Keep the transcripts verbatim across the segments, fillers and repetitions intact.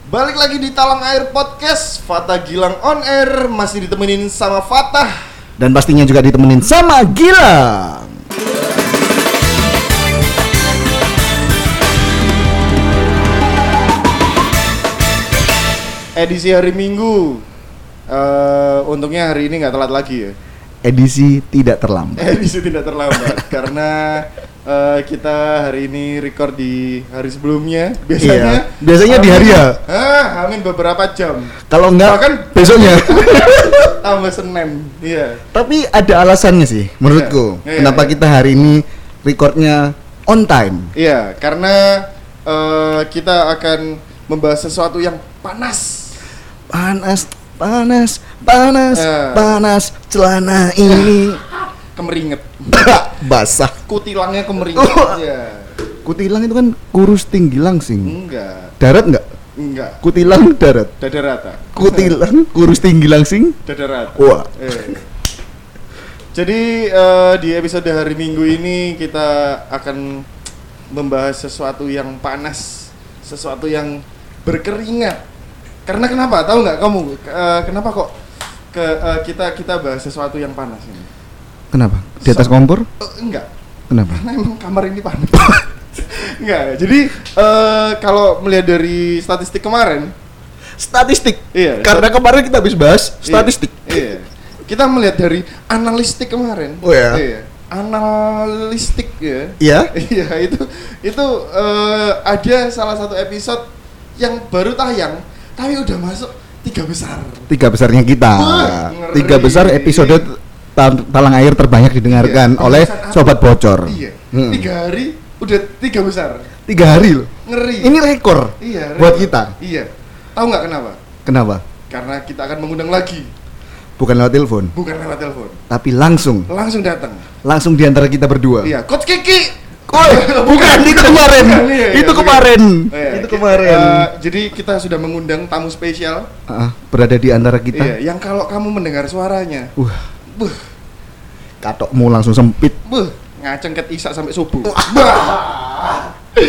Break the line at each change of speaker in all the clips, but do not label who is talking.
Balik lagi di Talang Air Podcast, Fatah Gilang on air. Masih ditemenin sama Fatah.
Dan pastinya juga ditemenin sama Gilang.
Edisi hari Minggu. uh, Untungnya hari ini gak telat lagi ya.
Edisi tidak terlambat.
Edisi tidak terlambat Karena uh, kita hari ini record di hari sebelumnya. Biasanya
Iya. Biasanya di hari ya.
Ah, amin beberapa jam.
Kalau enggak
Bahkan
besoknya.
tambah Senin. Iya.
Tapi ada alasannya sih menurutku.
Iya, iya,
Kenapa
iya.
kita hari ini recordnya on time?
Iya, karena uh, kita akan membahas sesuatu yang panas.
Panas, panas, panas,
Eh.
panas celana ini.
Kemeringet.
Basah.
Kutilangnya kemeringet.
Oh.
Iya.
Kutilang itu kan kurus tinggi langsing.
Enggak.
Darat enggak?
Enggak.
Kutilang darat.
Dada rata.
Kutilang kurus tinggi langsing.
Dada rata.
Wah.
Eh. Jadi uh, di episode hari Minggu ini kita akan membahas sesuatu yang panas, sesuatu yang berkeringat. Karena kenapa? Tahu nggak kamu? Uh, kenapa kok ke uh, kita kita bahas sesuatu yang panas ini?
Kenapa? Di atas
So-
kompor?
Uh, enggak.
Kenapa?
Karena emang kamar ini panas. Enggak. Jadi uh, kalau melihat dari statistik kemarin,
Statistik.
Iya,
Karena kemarin kita habis bahas statistik.
Iya, iya. Kita melihat dari analistik kemarin.
Oh ya?
Iya. Analistik ya.
Iya?
Iya, itu itu uh, ada salah satu episode yang baru tayang tapi udah masuk tiga besar.
Tiga besarnya kita.
Wah, ngeri.
Tiga besar episode ta- Talang Air terbanyak didengarkan
Iya,
oleh
barusan aku-
Sobat Bocor.
Iya.
Hmm.
Tiga hari udah tiga besar.
Tiga hari loh.
Ngeri.
Ini rekor
Iya,
buat
rekor.
kita.
Iya. Tahu nggak kenapa?
Kenapa?
Karena kita akan mengundang lagi,
Bukan lewat telepon,
bukan lewat telepon.
tapi langsung.
Langsung datang.
Langsung di antara kita berdua.
Iya, Coach Kiki.
Oh, bukan, itu kemarin.
Bukan, iya, iya,
Itu
bukan.
kemarin.
Oh, iya.
Itu
Ki-
kemarin.
eh, jadi kita sudah mengundang tamu spesial.
Ah, berada di antara kita.
Iya, yang kalau kamu mendengar suaranya,
Wah,
buh,
katokmu langsung sempit.
buh, ngacengket isak sampai subuh. Bah.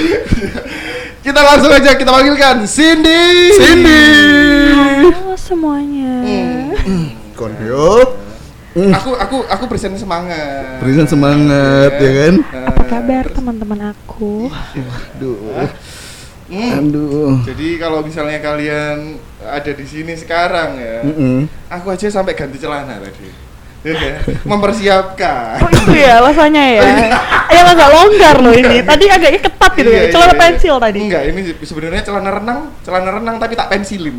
Kita langsung aja kita panggilkan Cindy.
Cindy.
Halo semuanya.
Hmm.
Kondio. Hmm.
Aku aku aku present semangat.
Berikan semangat ya kan.
Apa kabar teman-teman aku?
Aduh.
Hmm.
Aduh.
Jadi kalau misalnya kalian ada di sini sekarang ya,
Mm-mm.
aku aja sampai ganti celana tadi. Ya, mempersiapkan.
Oh itu ya alasannya ya. Yang agak longgar loh ini. Tadi agaknya ketat gitu
Iya,
ya. Celana
iya,
pensil
iya.
tadi.
Enggak, ini sebenarnya celana renang, celana renang tapi tak pensilin.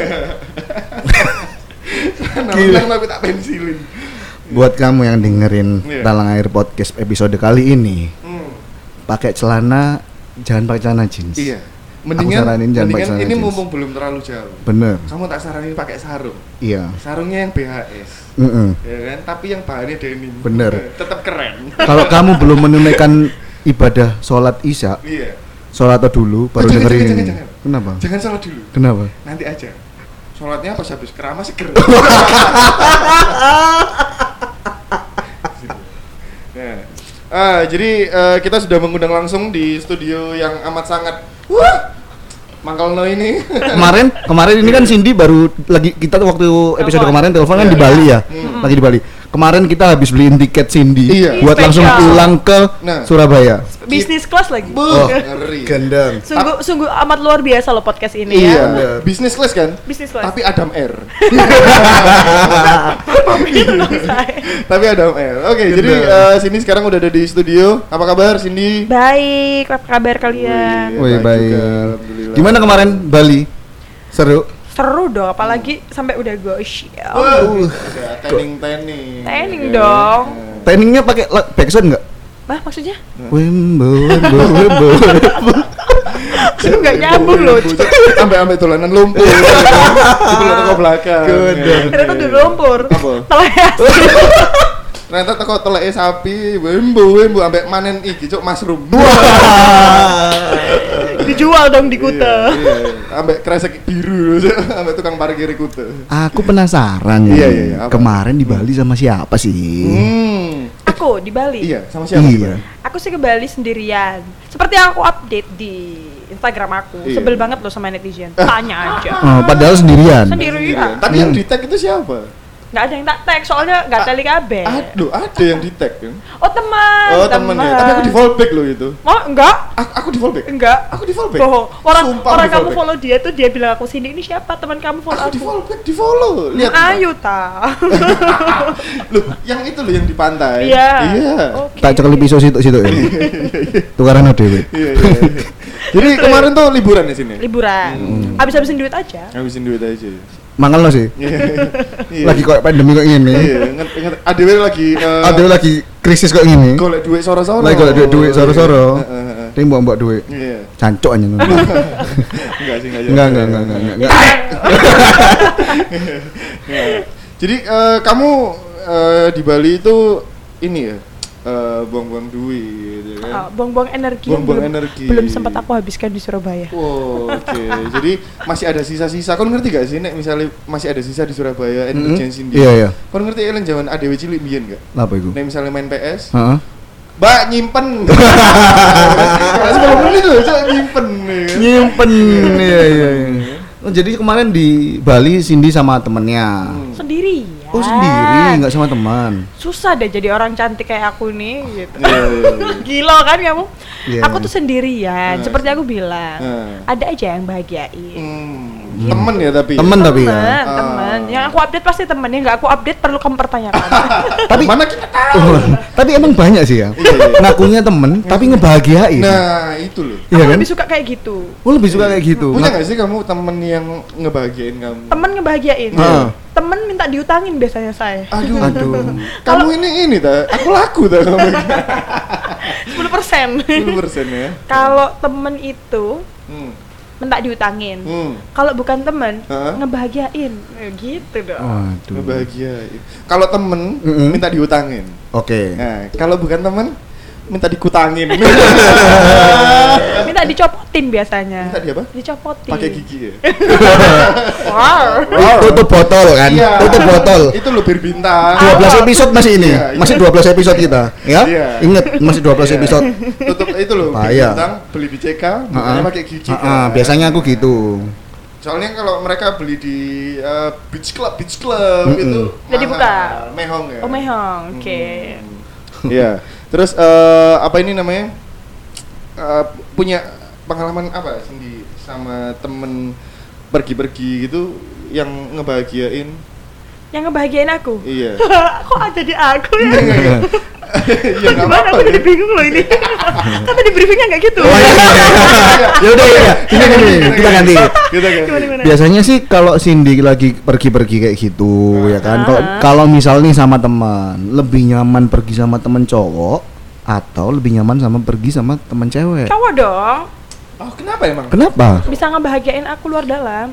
Celana
Gila.
renang tapi tak pensilin.
Buat kamu yang dengerin
Iya.
Talang Air Podcast episode kali ini,
Hmm.
pakai celana jangan pakai celana jeans.
Iya. Mendingan,
saranin jangan pakai
mendingan
celana
ini
jeans.
mumpung belum terlalu jauh.
Bener.
Kamu tak saranin pakai sarung.
Iya.
Sarungnya yang B H S.
Mm-mm.
Ya kan? Tapi yang bahannya denim.
Bener.
Tetap keren.
Kalau kamu belum menunaikan ibadah sholat isya,
Iya.
sholat dulu baru
Jangan,
dengerin
jangan,
ini.
jangan, jangan.
Kenapa?
Jangan salah dulu.
Kenapa?
Nanti aja. Sholatnya pas habis keramas seger. Ya. Ah, jadi eh, kita sudah mengundang langsung di studio yang amat sangat wah, Mangkalno ini.
Kemarin, kemarin ini kan Cindy baru lagi kita tuh waktu episode
Telepon.
kemarin telepon kan
Iya.
di Bali ya,
Hmm.
lagi di Bali. Kemarin kita habis beliin tiket Cindy
Iya.
buat langsung
Spesial.
pulang ke
Nah.
Surabaya.
Bisnis kelas lagi.
Buh,
Oh,
ngeri.
gendang.
Sungguh sungguh amat luar biasa loh podcast ini
Iya,
ya.
Bener.
bisnis kelas kan?
Bisnis kelas.
Tapi Adam Air.
Gitu dong saya.
Tapi Adam Air. Oke,
Bener.
jadi eh, sini sekarang udah ada di studio. Apa kabar Cindy?
Baik, apa kabar kalian?
Wih,
baik
baik.
juga, alhamdulillah.
Gimana kemarin Bali? Seru?
Seru dong, apalagi sampai udah gosip.
Wah, udah tanning-tanning.
Tanning
Ya kan?
dong.
Nah.
Trainingnya pakai la- backsound nggak?
Bah, maksudnya?
Wembo, wembo, wembo.
Itu nggak nyambung loh.
Sampai-sampai tulanan lumpur. Di belakang ke belakang.
Gedeng.
Ternyata di lumpur.
Apa?
Telayas.
Ternyata teko teleke sapi, wembo wembo ambek manen iki cuk mushroom.
Dijual dong di Kute.
Iya, iya. Ambek kresek biru, ambek tukang parkir Kute.
Aku penasaran ya.
Iya, iya, iya, apa?
Kemarin di Bali sama siapa sih?
Hmm.
Aku di Bali.
Iya, sama siapa?
Iya.
Aku sih ke Bali sendirian. Seperti yang aku update di Instagram aku.
Iya.
Sebel banget loh sama netizen. Tanya aja.
Oh, padahal sendirian.
Sendirian.
Tapi yang di tag itu siapa?
Nggak ada yang tak tag, soalnya nggak teli kabeh.
Aduh, ada yang di tag kan?
Oh teman.
Oh temen ya, tapi aku di fallback loh itu.
Oh enggak.
Aku, aku di fallback.
Enggak.
Aku di fallback.
Bohong. Orang
Sumpah
orang
di
kamu
fallback.
follow dia tuh dia bilang aku sini ini siapa teman kamu follow
Aku
aku.
di fallback, di follow. Lihat.
Ayo ta.
Loh, yang itu loh yang di pantai.
Iya.
Iya.
Oke.
Tak cekel pisau situ-situ ya. Tukaran dhewe.
Iya, iya. Jadi kemarin tuh liburan di sini.
Liburan.
Hmm.
Habis-habisin duit aja.
Habisin duit aja.
Mangal lo sih.
Iya. Iya.
Lagi kok pandemi kok ngene.
Iya, inget inget adewe lagi eh,
Ada lagi krisis kok ngene.
golek duit soro-soro.
Lagi golek duit-duit soro-soro.
Iya, heeh, heeh.
Ting mbok-mbok duit.
Iya.
Cancuk aja. Enggak,
Enggak sih, enggak.
enggak, enggak, enggak, enggak, enggak.
Iya. Jadi eh, kamu eh, di Bali itu ini ya, eh, buang-buang duit ya kan?
Ah, buang-buang energi yang
Buang-buang
belum,
energi.
belum sempat aku habiskan di Surabaya.
Wow, oke. Jadi masih ada sisa-sisa. Kau ngerti gak sih nek misalnya masih ada sisa di Surabaya
Mm-mm.
emergency dia.
Iya, iya.
Kau ngerti eling jaman A D W cilik mbiyen gak?
Apa iku?
Nek misalnya main P S,
Heeh.
Mbak nyimpen. Sebelum menit loh, saya nyimpen nih kan.
Nyimpen. Iya, iya, iya. Oh, jadi kemarin di Bali Cindy sama temennya.
Hmm.
Sendiri ya.
Oh, sendiri, enggak sama teman.
Susah deh jadi orang cantik kayak aku nih gitu.
Iya, iya, iya.
Gila kan kamu?
Iya.
Aku tuh sendirian,
Hmm.
seperti aku bilang.
Hmm.
Ada aja yang bahagiain.
Hmm. Temen ya tapi.
Temen tapi ya.
Temen,
Ah.
temen. Yang aku update pasti temen, yang nggak aku update perlu kamu pertanyakan.
Tapi
mana kita tahu.
Oh, tapi emang banyak sih ya.
Iya, iya.
Ngakunya temen tapi ngebahagiain.
Nah, itu loh.
Iya
Aku
kan?
lebih suka kayak gitu.
Oh, lebih suka kayak gitu.
Punya
Nah,
gak sih kamu temen yang ngebahagiain kamu?
Temen ngebahagiain.
Ah.
Temen minta diutangin biasanya saya.
Aduh,
Aduh.
kamu ini ini ta, aku laku ta kamu.
sepuluh persen.
sepuluh persen ya.
Kalau temen itu
Hmm.
minta diutangin.
Hmm.
Kalau bukan temen,
Hah?
ngebahagiain. Eh, gitu dong.
Waduh.
Ngebahagiain. Kalau temen
Mm-mm.
minta diutangin.
Oke.
Nah, kalau bukan temen minta dikutangin.
Minta dicopotin biasanya.
Minta di apa?
Dicopotin.
Pakai gigi ya.
Wow.
Tutup botol kan?
Iya.
Tutup botol.
Itu lo bir bintang.
dua belas episode masih ini.
Iya, iya.
Masih dua belas episode kita, ya?
Iya.
Ingat masih dua belas
Iya.
episode.
Tutup itu loh, bir
Bahaya.
bintang beli di C K,
Heeh.
bukanya pakai gigi.
Heeh,
kan.
biasanya aku gitu.
Soalnya kalau mereka beli di uh, beach club, beach club
Mm-mm.
itu
Udah dibuka?
mahal, mehong ya.
Oh mehong, oke.
Hmm. Iya. Terus eh, apa ini namanya? Eh, punya pengalaman apa Cindy sama temen pergi-pergi gitu yang ngebahagiain?
Yang ngebahagiain aku.
Iya.
Kok ada di aku ya?
Ya nggak
Gimana
apa-apa.
aku jadi
ya.
bingung loh ini. Kan tadi briefingnya nggak gitu.
Oh, iya, iya. Ya udah ya, ini gini, kita ganti.
Kita ganti.
Gimana gimana?
Biasanya sih kalau Cindy lagi pergi-pergi kayak gitu ya kan. Kalau
Ah.
kalau misal nih sama teman, lebih nyaman pergi sama teman cowok atau lebih nyaman sama pergi sama teman cewek?
Cowok dong.
Oh, kenapa emang?
Kenapa?
Bisa ngebahagiain aku luar dalam.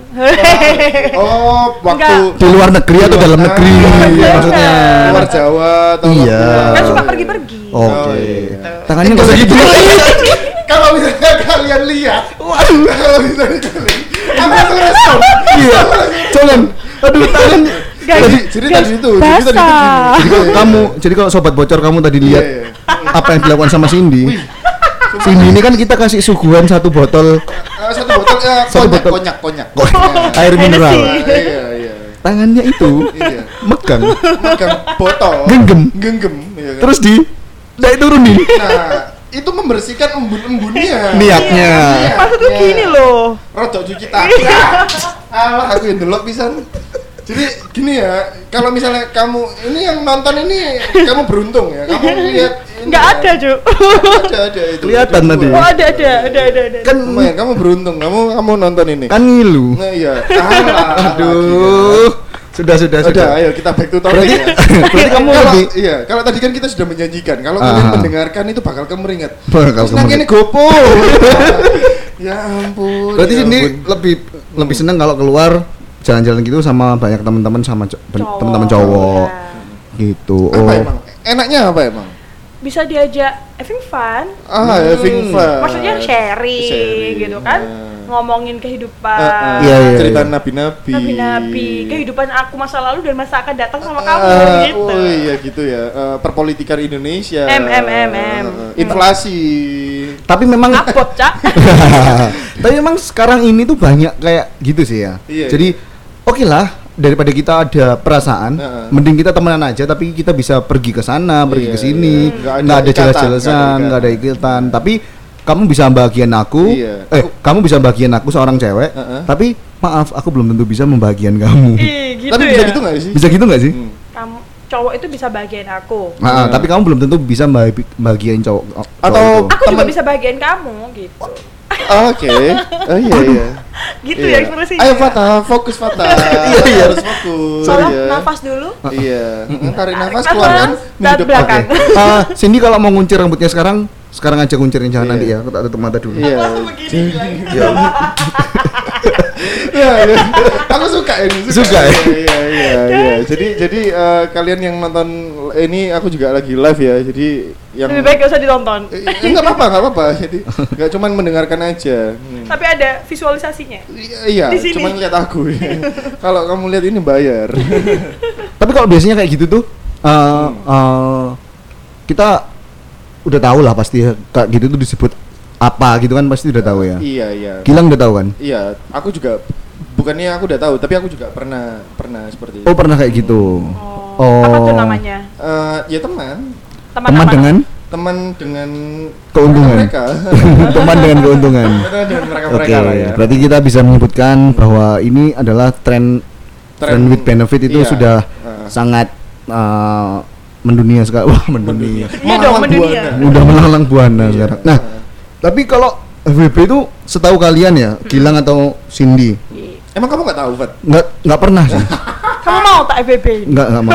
Oh, waktu
Enggak.
Di luar negeri atau dalam negeri
Iya.
maksudnya?
Luar Jawa atau
Iya.
luar-
Kan suka pergi-pergi.
Oke.
Oh, iya.
Tangannya nggak usah gitu.
Kalau misalnya kalian lihat, kalau misalnya kalian, aku langsung respon.
Iya. Jangan. Aduh, tangan.
Guys,
Jadi, jadi
guys,
tadi itu, jadi tadi itu
basah.
gini.
Jadi kalau kamu, jadi kalau sobat bocor kamu tadi lihat
Iya, iya.
apa yang dilakukan sama Cindy. Cindy ini kan kita kasih suguhan satu botol
Eh, satu botol ya,
Satu
konyak,
botol.
konyak, konyak.
Ko-
Konyak.
air mineral.
Hennessy.
Ah, Iya, iya.
Tangannya itu
Iya.
megang,
Megang botol.
Genggam.
Genggam. Iya kan?
terus di naik turunin.
Nah, itu membersihkan embun-embunnya.
Niatnya.
Iya,
Maksudku
iya.
gini loh.
Rodok cuci tangan. Alah, aku yang delok pisan. Jadi gini ya, kalau misalnya kamu ini yang nonton ini kamu beruntung ya, kamu lihat ini
Nggak
ya.
ada, Cuk.
Ada ada itu.
Kelihatan
Ada
tadi.
dua.
Oh, ada ada, ada ada ada.
Kan
Lumayan, kamu beruntung, kamu kamu nonton ini.
kan ngilu.
Nah, iya. Alah,
Aduh. Sudah sudah
lagi ya.
sudah.
Udah, ayo kita back to topic
Berarti
ya.
berarti kamu
Kalau,
lebih
iya, kalau tadi kan kita sudah menjanjikan, kalau
Ah.
kalian mendengarkan itu bakal kemeringat.
Bakal
Terus nang
kemeringat.
kene gopo. Ya ampun.
berarti
ya
Cindy
ampun.
lebih lebih seneng kalau keluar jalan-jalan gitu sama banyak teman-teman sama co- ben-
Cowok.
teman-teman cowok.
Ya.
Gitu.
Apa
Oh.
emang? Enaknya apa emang?
Bisa diajak having fun.
Ah,
Hmm.
having fun.
Maksudnya sharing,
Sharing,
gitu kan.
nah.
Ngomongin kehidupan.
Ah, ah,
Iya, iya,
cerita
iya.
nabi-nabi.
Nabi-nabi, kehidupan aku masa lalu dan masa akan datang sama
Ah,
kamu gitu.
Oh iya gitu ya. Eh, perpolitikan Indonesia.
M, M, M, M.
Eh, inflasi.
Tapi memang
Upload, Cak.
Tapi memang sekarang ini tuh banyak kayak gitu sih ya.
Iya,
Jadi oke lah, daripada kita ada perasaan,
Heeh.
mending kita temenan aja tapi kita bisa pergi ke sana, pergi
Iya,
ke sini,
iya. Nggak ada
nggak ada
ikatan,
jelas-jelasan, nggak ada
ikatan.
ikatan. Tapi kamu bisa bahagian aku,
Iya.
eh kamu bisa bahagian aku seorang cewek,
Heeh.
tapi maaf aku belum tentu bisa membahagiakan kamu.
Ih, gitu
Tapi
ya.
bisa gitu nggak sih?
Bisa gitu nggak sih?
Hmm.
Kamu cowok itu bisa bahagian aku.
Nah,
Iya.
tapi kamu belum tentu bisa membahagi- bahagiain cowok. cowok
Atau-
itu.
Aku juga
Temen-
bisa bahagian kamu gitu.
Oke. Oh iya iya.
Gitu
Iya.
ya ekspresinya.
Ayo Fata, fokus Fata. Iya iya harus fokus.
Tolong
Iya.
nafas dulu.
Iya. Tarik nafas
Nafas,
keluarkan
dan
menghidupkan.
belakang.
Ah, Cindy kalau mau nguncir rambutnya sekarang, sekarang aja nguncirin, jangan
Iya.
nanti ya. Aku tak tutup mata dulu.
Iya.
Langsung begini bilang.
Ya.
Iya, iya. Aku suka ini.
Suka ya?
Iya iya iya. iya. Jadi jadi eh, kalian yang nonton ini aku juga lagi live ya. Jadi yang
Lebih baik gak usah ditonton.
Eh, eh, nggak apa-apa, nggak apa-apa. Jadi nggak cuman mendengarkan aja. Hmm.
Tapi ada visualisasinya.
Iya, iya,
Di sini.
cuman lihat aku. Kalau kamu lihat ini bayar.
Tapi kalau biasanya kayak gitu tuh, uh, uh, kita udah tahu lah pasti ya, kayak gitu tuh disebut apa gitu kan pasti udah tahu ya.
Iya iya.
Gilang udah tahu kan?
Iya, aku juga bukannya aku udah tahu, tapi aku juga pernah pernah seperti itu.
Oh pernah kayak gitu.
Oh. Apa tuh
Oh.
namanya?
Eh, ya teman,
Teman,
Teman
apa?
dengan
teman dengan
keuntungan.
mereka.
Teman dengan keuntungan.
Teman dengan mereka
Oke,
mereka lah ya.
berarti kita bisa menyebutkan bahwa ini adalah tren
Tren-
friend with benefit itu
iya.
sudah
Heeh.
sangat uh, mendunia sekali. Wah, mendunia.
Iya dong, mendunia.
Udah melalang buana
Iya.
sekarang. Nah, tapi kalau F W B itu setahu kalian ya, Gilang atau Cindy?
Iya.
Emang kamu nggak tahu, Fat?
Nggak nggak pernah sih.
Kamu mau tak F B B?
Nggak nggak mau.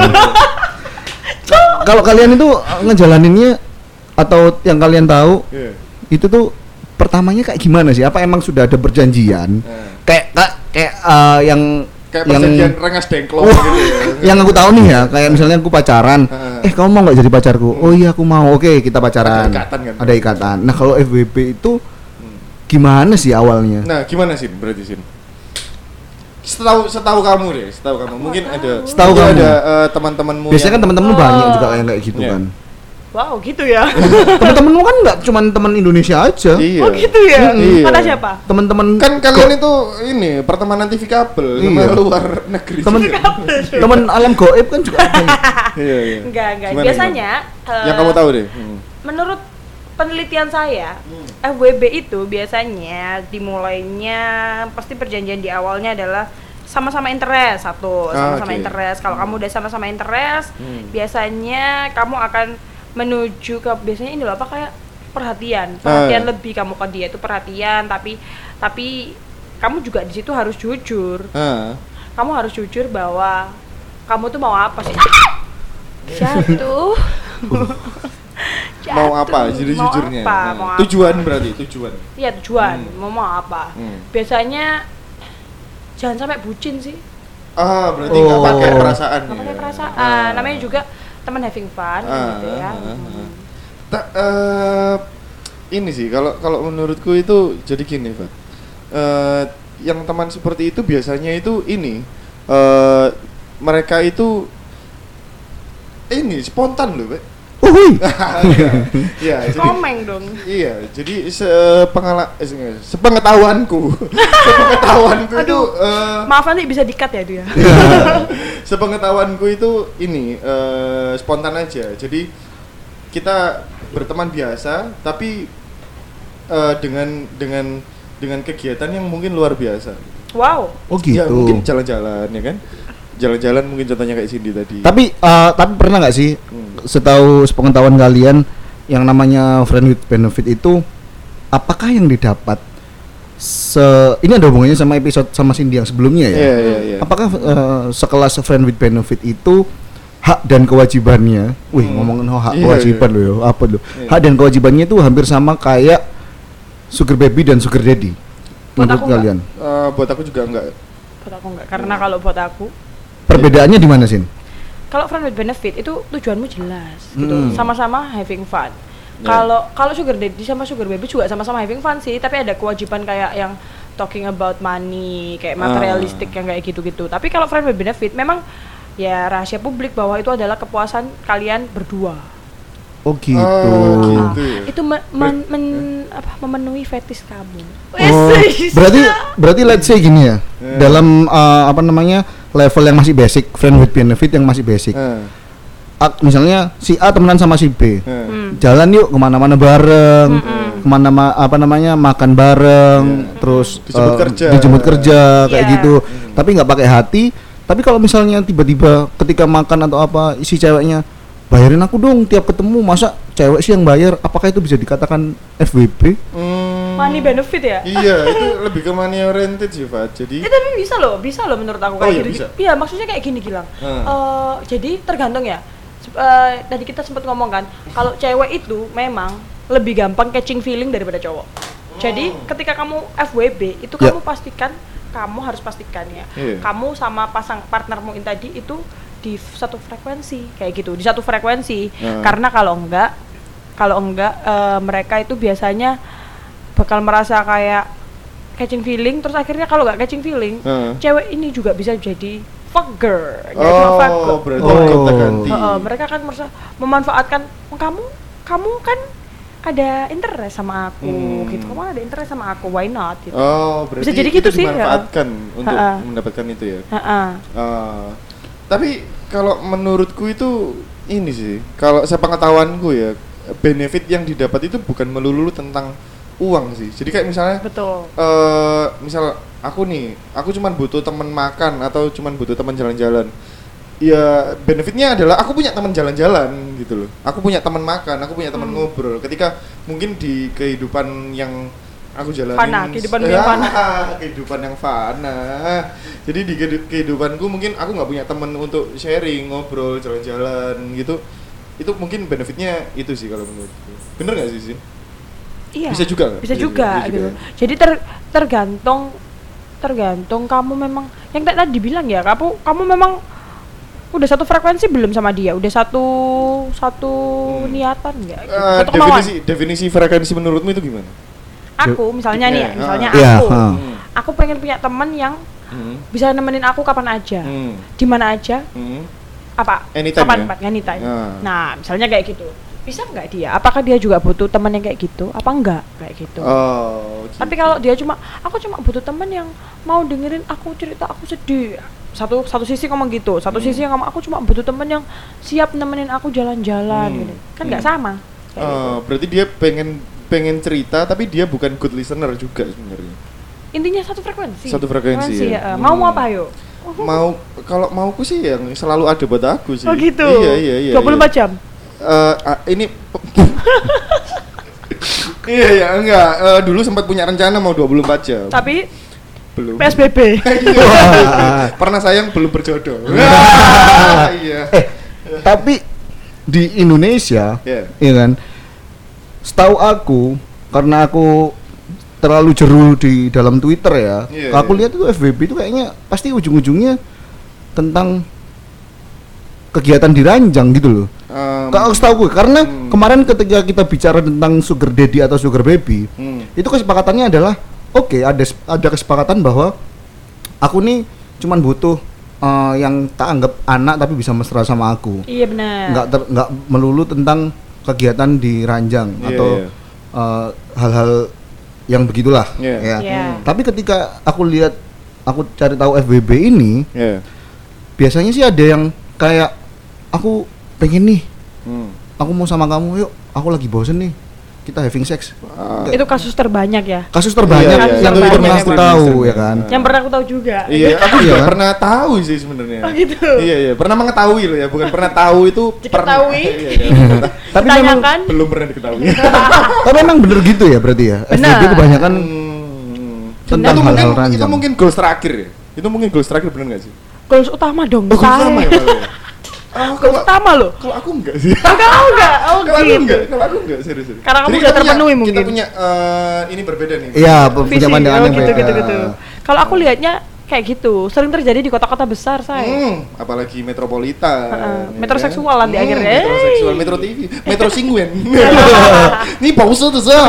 Kalau kalian itu ngejalaninnya atau yang kalian tahu
Iya.
itu tuh pertamanya kayak gimana sih? Apa emang sudah ada perjanjian?
Nah,
Kayak kayak, kayak uh, yang
kayak
yang
perjanjian rengas dengklok
Wah,
gitu ya.
yang aku tahu nih ya, kayak misalnya aku pacaran,
Heeh.
eh kamu mau nggak jadi pacarku? Oh iya aku mau. Oke kita pacaran.
Ada ikatan kan?
Ada ikatan. Nah kalau F W B itu
Hmm.
gimana sih awalnya?
Nah, gimana sih berarti Sin? Setahu setahu kamu deh, setahu kamu. Mungkin ada
Setahu
mungkin
kamu.
ada eh, teman-temanmu
Biasanya kan
yang-
teman-teman
Oh.
banyak juga kayak kayak gitu
Iya.
kan.
Wow, gitu ya.
Teman-temanmu kan nggak cuma teman Indonesia aja.
Iya.
Oh, gitu ya.
Iya.
Kata siapa?
Teman-teman
Kan kalian itu ini pertemanan T V kabel sama
Iya.
luar negeri.
teman teman alam goib kan juga ada.
Iya, iya.
Enggak, enggak.
Gimana,
Biasanya
gimana?
eh,
Yang kamu tahu deh. Hmm.
menurut penelitian saya,
Hmm.
F W B itu biasanya dimulainya pasti perjanjian di awalnya adalah sama-sama interest satu,
Ah,
sama-sama
oke.
interest. Kalau kamu udah sama-sama interest,
Hmm.
biasanya kamu akan menuju ke biasanya ini loh apa kayak perhatian, perhatian
Ah.
lebih kamu ke dia itu perhatian, tapi tapi kamu juga di situ harus jujur.
Ah.
Kamu harus jujur bahwa kamu tuh mau apa sih? Jatuh.
Mau apa? Jadi
Mau
jujurnya.
apa?
Nah,
Mau apa?
tujuan berarti tujuan.
Iya tujuan,
Hmm.
mau mau apa?
Hmm.
Biasanya jangan sampai bucin sih,
Ah, berarti nggak
Oh.
pakai perasaan.
nggak pakai
ya?
perasaan.
Ah.
Namanya juga teman having fun
Ah,
gitu ya.
ah, ah,
Hmm.
ah. Tak, eh, ini sih kalau kalau menurutku itu jadi gini, Pak. Eh, yang teman seperti itu biasanya itu ini eh mereka itu ini spontan loh, Pak.
Uhuy.
Iya, jadi
Komeng dong.
iya, jadi sepengala eh, se- sepengetahuanku, sepengetahuanku itu
Aduh.
eh,
Maaf nanti bisa dikat ya dia.
sepengetahuanku itu ini eh, spontan aja. Jadi kita berteman biasa, tapi eh, dengan dengan dengan kegiatan yang mungkin luar biasa.
Wow.
Oh
Ya
gitu.
mungkin jalan-jalan ya kan, jalan-jalan mungkin contohnya kayak Cindy tadi.
Tapi uh, tapi pernah nggak sih
Hmm.
setahu sepengetahuan kalian yang namanya friend with benefit itu apakah yang didapat se ini ada hubungannya sama episode sama Cindy yang sebelumnya ya?
Iya iya iya.
Apakah uh, sekelas friend with benefit itu hak dan kewajibannya, wih
Hmm.
ngomongin hak
Iya,
kewajiban
iya.
loh ya, apa loh?
Iya.
Hak dan kewajibannya itu hampir sama kayak sugar baby dan sugar daddy.
Buat
Menurut
aku nggak.
kalian?
Eh, buat aku juga enggak.
Buat aku enggak, karena kalau buat aku
Perbedaannya di mana sih?
kalau friend with benefit itu tujuanmu jelas gitu.
Hmm.
Sama-sama having fun.
Ya.
Kalau kalau sugar daddy sama sugar baby juga sama-sama having fun sih, tapi ada kewajiban kayak yang talking about money, kayak
Ah.
materialistik yang kayak gitu-gitu. Tapi kalau friend with benefit memang ya rahasia publik bahwa itu adalah kepuasan kalian berdua.
Oh gitu.
Oh, gitu.
Ah, itu me- men- men- apa, memenuhi fetish kamu.
Oh,
Wes,
berarti berarti let's say gini ya.
Yeah.
Dalam uh, apa namanya level yang masih basic, friend with benefit yang masih basic.
Eh,
A- misalnya si A temenan sama si B,
eh.
Hmm.
jalan yuk kemana-mana bareng,
Mm-mm.
kemana ma- apa namanya makan bareng,
Yeah.
terus
Dijemput
uh,
kerja.
dijemput kerja kayak
Yeah.
gitu. Tapi nggak pakai hati. Tapi kalau misalnya tiba-tiba ketika makan atau apa si ceweknya bayarin aku dong tiap ketemu, masa cewek sih yang bayar? Apakah itu bisa dikatakan F W B?
Hmm.
Money benefit ya?
Iya, itu lebih ke money oriented sih, Fat. Jadi
Eh tapi bisa loh, bisa loh menurut aku
Oh,
kayak
iya,
gitu.
bisa.
Iya, maksudnya kayak gini Gilang.
Hmm.
Eh, jadi tergantung ya. Sep- eh, tadi kita sempat ngomong kan, kalau cewek itu memang lebih gampang catching feeling daripada cowok. Jadi ketika kamu F W B itu
Ya.
kamu pastikan, kamu harus pastikan ya,
Iya.
kamu sama pasang partnermu ini tadi itu di f- satu frekuensi kayak gitu, di satu frekuensi.
Hmm.
Karena kalau enggak, kalau enggak eh, mereka itu biasanya bakal merasa kayak catching feeling, terus akhirnya kalau nggak catching feeling,
Heeh.
cewek ini juga bisa jadi fucker, jadi fuck girl.
Oh, berarti
Oh.
gonta ganti.
Heeh, mereka kan merasa memanfaatkan "Oh, kamu, kamu kan ada interest sama aku,
Hmm.
gitu. Kamu ada interest sama aku, why not? Gitu.
Oh, berarti
Bisa jadi
itu
gitu sih, ya.
dimanfaatkan untuk
Ha-ha.
mendapatkan itu ya.
Heeh.
Ah, tapi kalau menurutku itu ini sih, kalau sepengetahuanku ya, benefit yang didapat itu bukan melulu tentang uang sih. Jadi kayak misalnya
Betul.
eh misal aku nih, aku cuman butuh teman makan atau cuman butuh teman jalan-jalan. Ya benefitnya adalah aku punya teman jalan-jalan gitu loh. Aku punya teman makan, aku punya teman
Hmm.
ngobrol. Ketika mungkin di kehidupan yang aku jalanin
Fana, kehidupan yang fana.
kehidupan yang fana. Jadi di kehidu- kehidupanku mungkin aku nggak punya teman untuk sharing, ngobrol, jalan-jalan gitu. Itu mungkin benefitnya itu sih kalau menurutku. Bener nggak sih, Sin?
Iya.
Bisa juga nggak?
Bisa juga,
bisa
gitu.
ya?
Jadi ter tergantung tergantung kamu memang yang tadi tadi dibilang ya, kamu kamu memang udah satu frekuensi belum sama dia, udah satu satu
Hmm.
niatan enggak? Gitu.
Eh,
Satu kemauan.
definisi definisi frekuensi menurutmu itu gimana?
Aku misalnya nih ya,
Iya,
misalnya
Iya,
aku,
ha.
Hmm.
aku pengen punya teman yang
Hmm.
bisa nemenin aku kapan aja,
Hmm.
di mana aja,
Hmm.
apa,
Anytime
kapan,
ya?
kapan, anytime.
Ah.
Nah, misalnya kayak gitu, bisa nggak dia? Apakah dia juga butuh teman yang kayak gitu? Apa enggak kayak gitu?
Oh. Gitu.
Tapi kalau dia cuma, aku cuma butuh teman yang mau dengerin aku cerita aku sedih. Satu satu sisi ngomong gitu, satu
Hmm.
sisi yang ngomong aku cuma butuh teman yang siap nemenin aku jalan-jalan
Hmm.
gitu. Kan nggak
Hmm.
sama. Kayak gitu.
Oh, berarti dia pengen pengen cerita tapi dia bukan good listener juga sebenarnya.
Intinya satu frekuensi.
Satu frekuensi ya?
ya.
Hmm.
Mau mau apa ayo?
Mau kalau mauku sih yang selalu ada buat aku sih.
Oh gitu.
Iya iya iya.
dua puluh empat
iya.
jam.
Eh, ah, ini Iya ya enggak. Eh, dulu sempat punya rencana mau dua puluh empat jam.
Tapi
belum.
P S B B.
Iya. Pernah sayang belum berjodoh. Wah, iya.
Eh, tapi di Indonesia,
Iya.
iya kan? Setahu aku, karena aku terlalu jeru di dalam Twitter ya,
Iya,
aku
iya.
lihat itu F W B itu kayaknya pasti ujung-ujungnya tentang kegiatan diranjang gitu loh.
Em,
Kalau setahu gue, karena
Hmm.
kemarin ketika kita bicara tentang sugar daddy atau sugar baby,
hmm.
itu kesepakatannya adalah oke, ada ada kesepakatan bahwa aku nih cuman butuh eh, yang tak anggap anak tapi bisa mesra sama aku.
Iya benar.
Nggak ter, nggak melulu tentang kegiatan di ranjang
Iya,
atau
iya.
eh, hal-hal yang begitulah
Iya.
ya.
Iya.
Tapi ketika aku lihat, aku cari tahu F W B ini,
Iya.
biasanya sih ada yang kayak aku pengen nih,
Hmm.
aku mau sama kamu yuk, aku lagi bosen nih, kita having sex.
Ah.
Itu kasus terbanyak ya.
Kasus terbanyak
Iya,
iya,
yang
itu- itu
pernah aku
mainstream,
tahu
mainstream.
ya kan.
Yang pernah aku tahu juga.
Iya, aku
Iya
juga
kan?
pernah tahu sih sebenarnya.
Oh, gitu.
Iya, iya, pernah mengetahui loh ya, bukan pernah tahu itu pernah.
Diketahui.
Iya, iya, pernah.
Tapi memang
Tanyakan.
Belum pernah diketahui.
tapi memang bener gitu ya berarti ya. F W B
Benar.
kebanyakan
Hmm.
tentang
itu
hal-hal
mungkin, itu
ranjang.
mungkin goals terakhir ya. Itu mungkin goals terakhir bener nggak sih?
Goals utama dong.
Oh, goals
say.
sama ya. Pak, ya? Ah,
Goals
kalau
utama loh.
kalau aku enggak sih.
Oh, kamu enggak? Oh,
Kalau aku
gitu.
enggak, kalau aku enggak serius. serius.
Karena kamu
Jadi
udah
kita punya-
terpenuhi
Kita
mungkin.
punya eh, ini berbeda nih.
Iya,
Visi.
punya pandangan
Oh,
yang
gitu,
beda.
gitu, gitu. Kalau aku lihatnya kayak gitu, sering terjadi di kota-kota besar, say.
Hmm, apalagi metropolitan.
Heeh,
ya
metroseksual
kan?
nanti
Hmm,
akhirnya.
Metroseksual, metro T V, metro singwen. Ini pause tuh sah.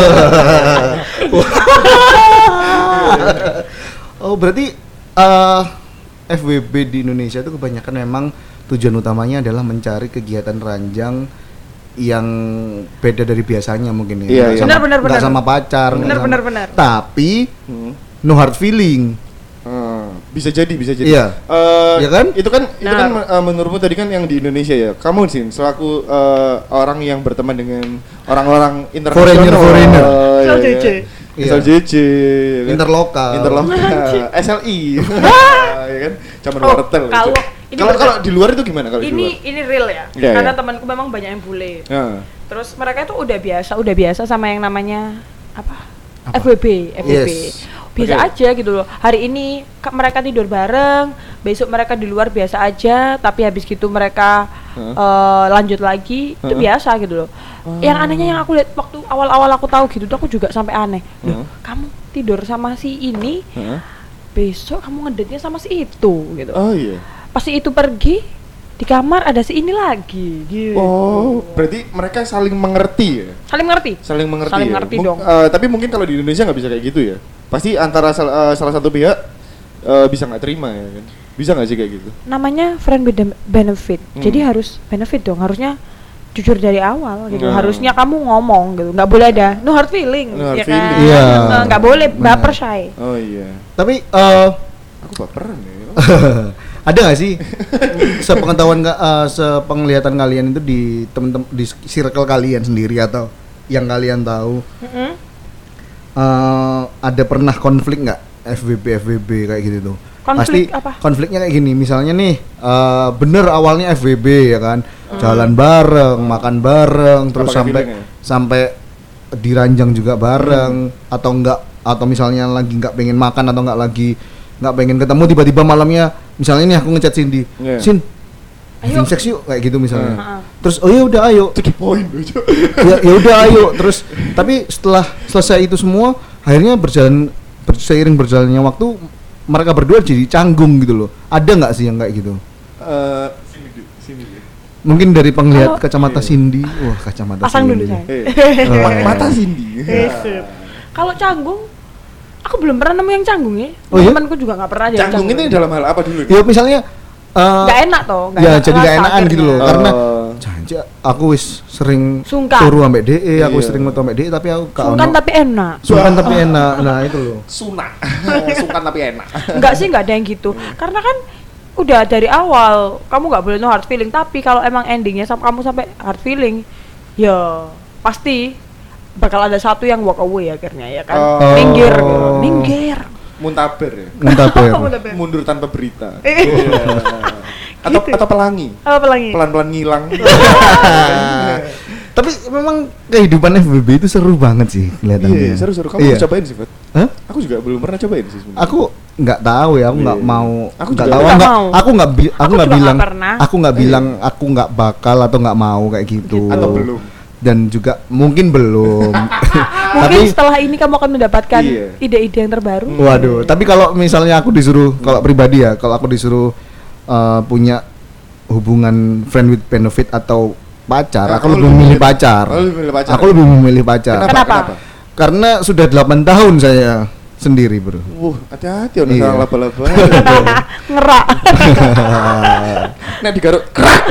Oh, berarti eh, F W B di Indonesia itu kebanyakan memang tujuan utamanya adalah mencari kegiatan ranjang yang beda dari biasanya mungkin ya.
Iya,
Nggak
iya.
sama-
Benar, benar,
nggak
benar.
sama pacar. nggak
Benar,
sama-
benar, benar.
Tapi
Hmm.
no hard feeling.
Hmm, bisa jadi, bisa jadi.
Iya.
Eh,
Iya kan?
Itu kan, itu
Nah.
kan uh, menurutmu tadi kan yang di Indonesia ya. Kamu sih selaku uh, orang yang berteman dengan orang-orang internasional.
Foreigner, foreigner.
Oh, iya,
L J J.
iya.
Iya.
L J J. kan?
Interlokal.
Interlokal. S L I. Ya kan? Campur
Oh,
wortel.
kalau
itu.
ini
Kalau
bener.
kalau di luar itu gimana kalau di
Ini
luar?
ini real ya.
Iya,
Karena
iya.
temanku memang banyak yang bule.
Ya.
Terus mereka itu udah biasa, udah biasa sama yang namanya apa?
Apa?
F W B, F W B.
Yes.
Biasa
Oke.
aja gitu loh. Hari ini ka- mereka tidur bareng, besok mereka di luar biasa aja, tapi habis gitu mereka
Heeh.
eh, lanjut lagi, itu
Heeh.
biasa gitu loh. Yang anehnya yang aku lihat waktu awal-awal aku tahu gitu tuh aku juga sampai aneh. Loh,
Heeh.
kamu tidur sama si ini,
Heeh.
besok kamu ngedate-nya sama si itu gitu.
Oh iya.
Pas si itu pergi, di kamar ada si ini lagi gitu.
Oh, berarti mereka saling mengerti ya?
Saling mengerti.
Saling mengerti.
Saling
ya?
mengerti
Mung-
dong.
eh, tapi mungkin kalau di Indonesia nggak bisa kayak gitu ya. Pasti antara sal- eh, salah satu pihak eh, bisa nggak terima ya kan? Bisa nggak sih kayak gitu?
Namanya friend with the benefit.
Hmm.
Jadi harus benefit dong. Harusnya jujur dari awal gitu.
Nah.
Harusnya kamu ngomong gitu. Nggak boleh ada no hard feeling,
No hard
ya kan?
feeling.
Iya.
Eh, Nggak boleh baper
Benar.
shy.
Oh iya.
Tapi eh
Aku baperan ya.
ada nggak sih sepengetahuan ka- eh, sepenglihatan kalian itu di temen-temen di circle kalian sendiri atau yang kalian tahu
Mm-mm.
eh ada pernah konflik nggak F W B F W B kayak gitu tuh?
Konflik
Pasti
apa?
konfliknya kayak gini, misalnya nih eh bener awalnya F W B ya kan, jalan bareng, makan bareng, terus
pakai
sampai
feeling ya?
sampai diranjang juga bareng, atau enggak, atau misalnya lagi nggak pengen makan atau nggak lagi nggak pengen ketemu, tiba-tiba malamnya misalnya nih aku ngechat Cindy,
Iya.
Sin,
Ayo.
having sex yuk kayak gitu misalnya.
Heeh.
Terus oh ya udah ayo,
Itu the point loh, Cok.
ya ya udah ayo. Terus tapi setelah selesai itu semua, akhirnya berjalan ber- seiring berjalannya waktu mereka berdua jadi canggung gitu loh. Ada nggak sih yang kayak gitu?
Eh, sini dulu, sini dulu.
Mungkin dari penglihat
Kalau-
kacamata
Iya.
Cindy, wah kacamata
Pasang
Cindy.
dulu saya.
Eh,
Oh.
ma- mata Cindy.
Kalau canggung, aku belum pernah nemu yang canggung ya.
Oh iya?
Temanku juga nggak pernah ada yang
Canggung ini dalam hal apa dulu?
Ya misalnya eh,
Nggak enak toh. nggak
ya
enak
jadi nggak
rasa
enakan gitu loh,
akhirnya.
karena
Oh.
janji aku wis sering
Sungkan.
turu ambek D E, aku wis
Iya.
sering metu ambek D E tapi aku gak
Sungkan
ono-
tapi enak.
sungkan tapi enak. Nah, itu loh.
Sunak. Sungkan tapi enak.
Enggak sih, enggak ada yang gitu. Karena kan udah dari awal kamu nggak boleh no hard feeling, tapi kalau emang endingnya sama kamu sampai hard feeling, ya pasti bakal ada satu yang walk away akhirnya ya kan.
Oh.
Minggir gitu. Minggir.
Muntaber ya.
Muntaber.
Muntaber.
Mundur tanpa berita.
Eh.
Iya. Atau atau pelangi.
Apa lagi?
Pelan-pelan ngilang.
Tapi memang kehidupan F W B itu seru banget sih kelihatannya.
Iya, seru-seru. Kamu
Iya.
harus cobain sih, Fat.
Hah?
Aku juga belum pernah cobain sih sebenarnya.
Aku nggak tahu ya, aku nggak
Iya.
mau.
Aku
nggak
juga
tahu.
nggak
nggak-
mau.
Aku nggak bi- aku
Aku
nggak
juga
bilang.
nggak pernah.
Aku nggak bilang aku nggak bakal atau nggak mau kayak gitu.
Atau belum.
Dan juga mungkin belum.
Mungkin
Tapi
setelah ini kamu akan mendapatkan
Iya.
ide-ide yang terbaru.
waduh, tapi kalau misalnya aku disuruh, kalau pribadi ya, kalau aku disuruh eh, punya hubungan friend with benefit atau pacar,
Nah,
aku
kamu
lebih
lebih
memilih
milih-
pacar.
kamu lebih milih pacar.
Aku lebih memilih pacar.
Kenapa?
Kenapa?
Kenapa?
Karena sudah delapan tahun saya sendiri, Bro.
Wuh, hati-hati orang
Iya.
sarang laba-laba.
Ngerak.
Nah, digaruk.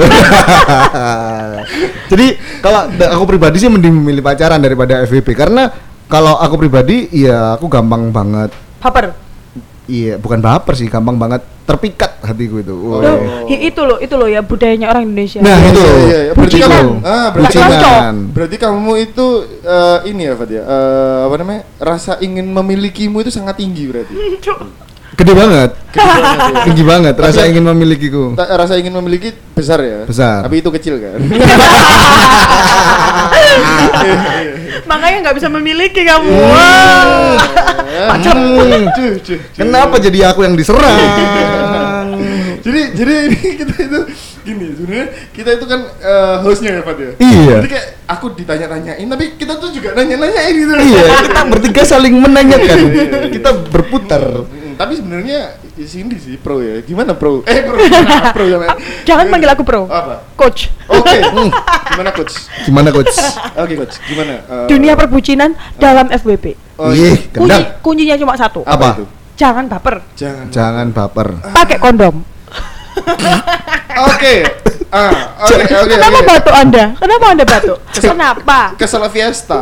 Jadi kalau da- aku pribadi sih mending memilih pacaran daripada F W B, karena kalau aku pribadi iya aku gampang banget,
Baper.
iya bukan baper sih, gampang banget terpikat hatiku itu.
Oh.
Woi.
Loh, i- itu loh, itu loh ya budayanya orang Indonesia.
Nah, itu.
Iya, iya, iya. Berarti
Bucinan.
kamu, ah, berarti
Nggak
kamu,
cocok.
berarti kamu itu eh, ini ya, Fat ya. Eh, apa namanya? Rasa ingin memilikimu itu sangat tinggi berarti.
Cuk.
Gede banget,
Gede banget ya.
tinggi banget rasa
Tapi-
ingin memilikiku.
Ta- rasa ingin memiliki besar ya.
Besar.
Tapi itu kecil kan.
Makanya nggak bisa memiliki kamu.
Hmm.
Wah.
Macam.
Hmm.
Cuh, cuh, cuh.
Kenapa jadi aku yang diserang?
Jadi jadi ini kita itu gini sebenarnya kita itu kan eh, hostnya ya Fat ya.
Iya.
Jadi kayak aku ditanya-tanyain tapi kita tuh juga nanya-nanyain gitu.
Iya, kita bertiga saling menanyakan. Kita berputar.
Mm, tapi sebenarnya Cindy sih pro ya. Gimana pro? Eh pro. Gimana pro sama?
Jangan panggil aku pro.
Apa?
Coach.
Oke. Gimana coach?
Gimana coach?
Oke coach. Gimana? Eh,
Dunia perbucinan dalam F W B.
oh,
Ih,
Kunci,
gendang.
kuncinya cuma satu.
Apa,
Apa?
itu?
Jangan baper.
Jangan.
Jangan baper.
Pakai kondom.
Oke. Ah, oke oke.
Kenapa
oke.
batuk Anda? Kenapa Anda batuk? Kenapa?
Kesel Fiesta.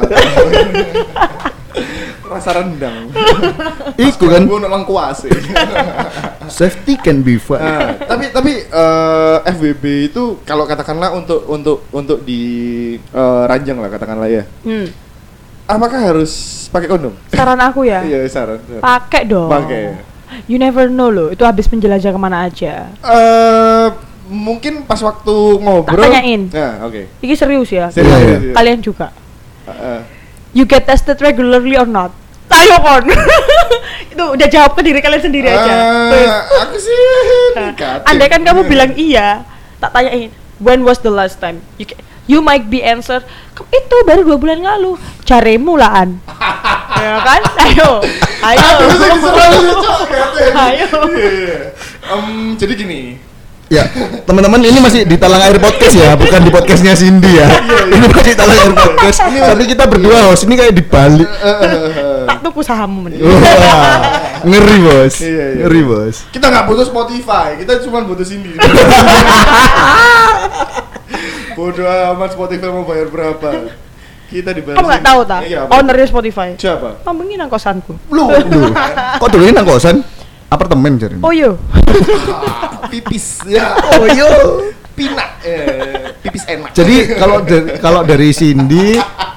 Rasa rendang.
Iku kan
Gue nolong kuas.
safety can be fun.
Nah, tapi tapi eh, F W B itu kalau katakanlah untuk untuk untuk di eh, ranjang lah katakanlah ya.
Hmm.
Apakah harus pakai kondom?
Saran aku ya.
Iya, saran. saran.
Pakai dong.
Pakai.
You never know loh, itu habis menjelajah kemana aja.
Eh mungkin pas waktu ngobrol.
Tak tanyain.
Nah, oke.
Ini serius ya.
Serius,
Iya, iya.
serius.
Kalian juga.
Heeh.
You get tested regularly or not? Ayo kon. Itu udah jawab ke diri kalian sendiri aja. Tuh.
Eh, aku sih negatif.
Andai kan kamu bilang iya, tak tanyain. When was the last time? You, ca- you might be answer. "Ke- Itu baru dua bulan lalu. Caremu lah an. Ya kan? Ayo, ayo.
Aduh, saya disuruh lucu, ngatain.
Ayo.
Iya, iya. Em, jadi gini.
Ya, teman-teman ini masih di Talang Air Podcast ya, bukan di podcastnya Cindy ya. Ini masih Talang Air Podcast. Tapi kita berdua host ini kayak dibalik.
Eh, eh, eh, eh.
Tak tuku sahammu mending.
Wah, ngeri bos,
Iya, iya.
ngeri bos.
Kita nggak butuh Spotify, kita cuma butuh Cindy. Bodoh amat Spotify mau bayar berapa? Kita dibayar.
Kamu nggak
Cindy.
tahu tak?
Iya, apa?
Ownernya Spotify.
Siapa?
Kamu nang kosanku.
Lu.
Duh, kok dulu nang kosan? Apartemen jadi.
Oh yo.
Ah, pipis. Ya.
Oh yo.
Pinak. Eh, pipis enak.
Jadi kalau dari kalau dari Cindy,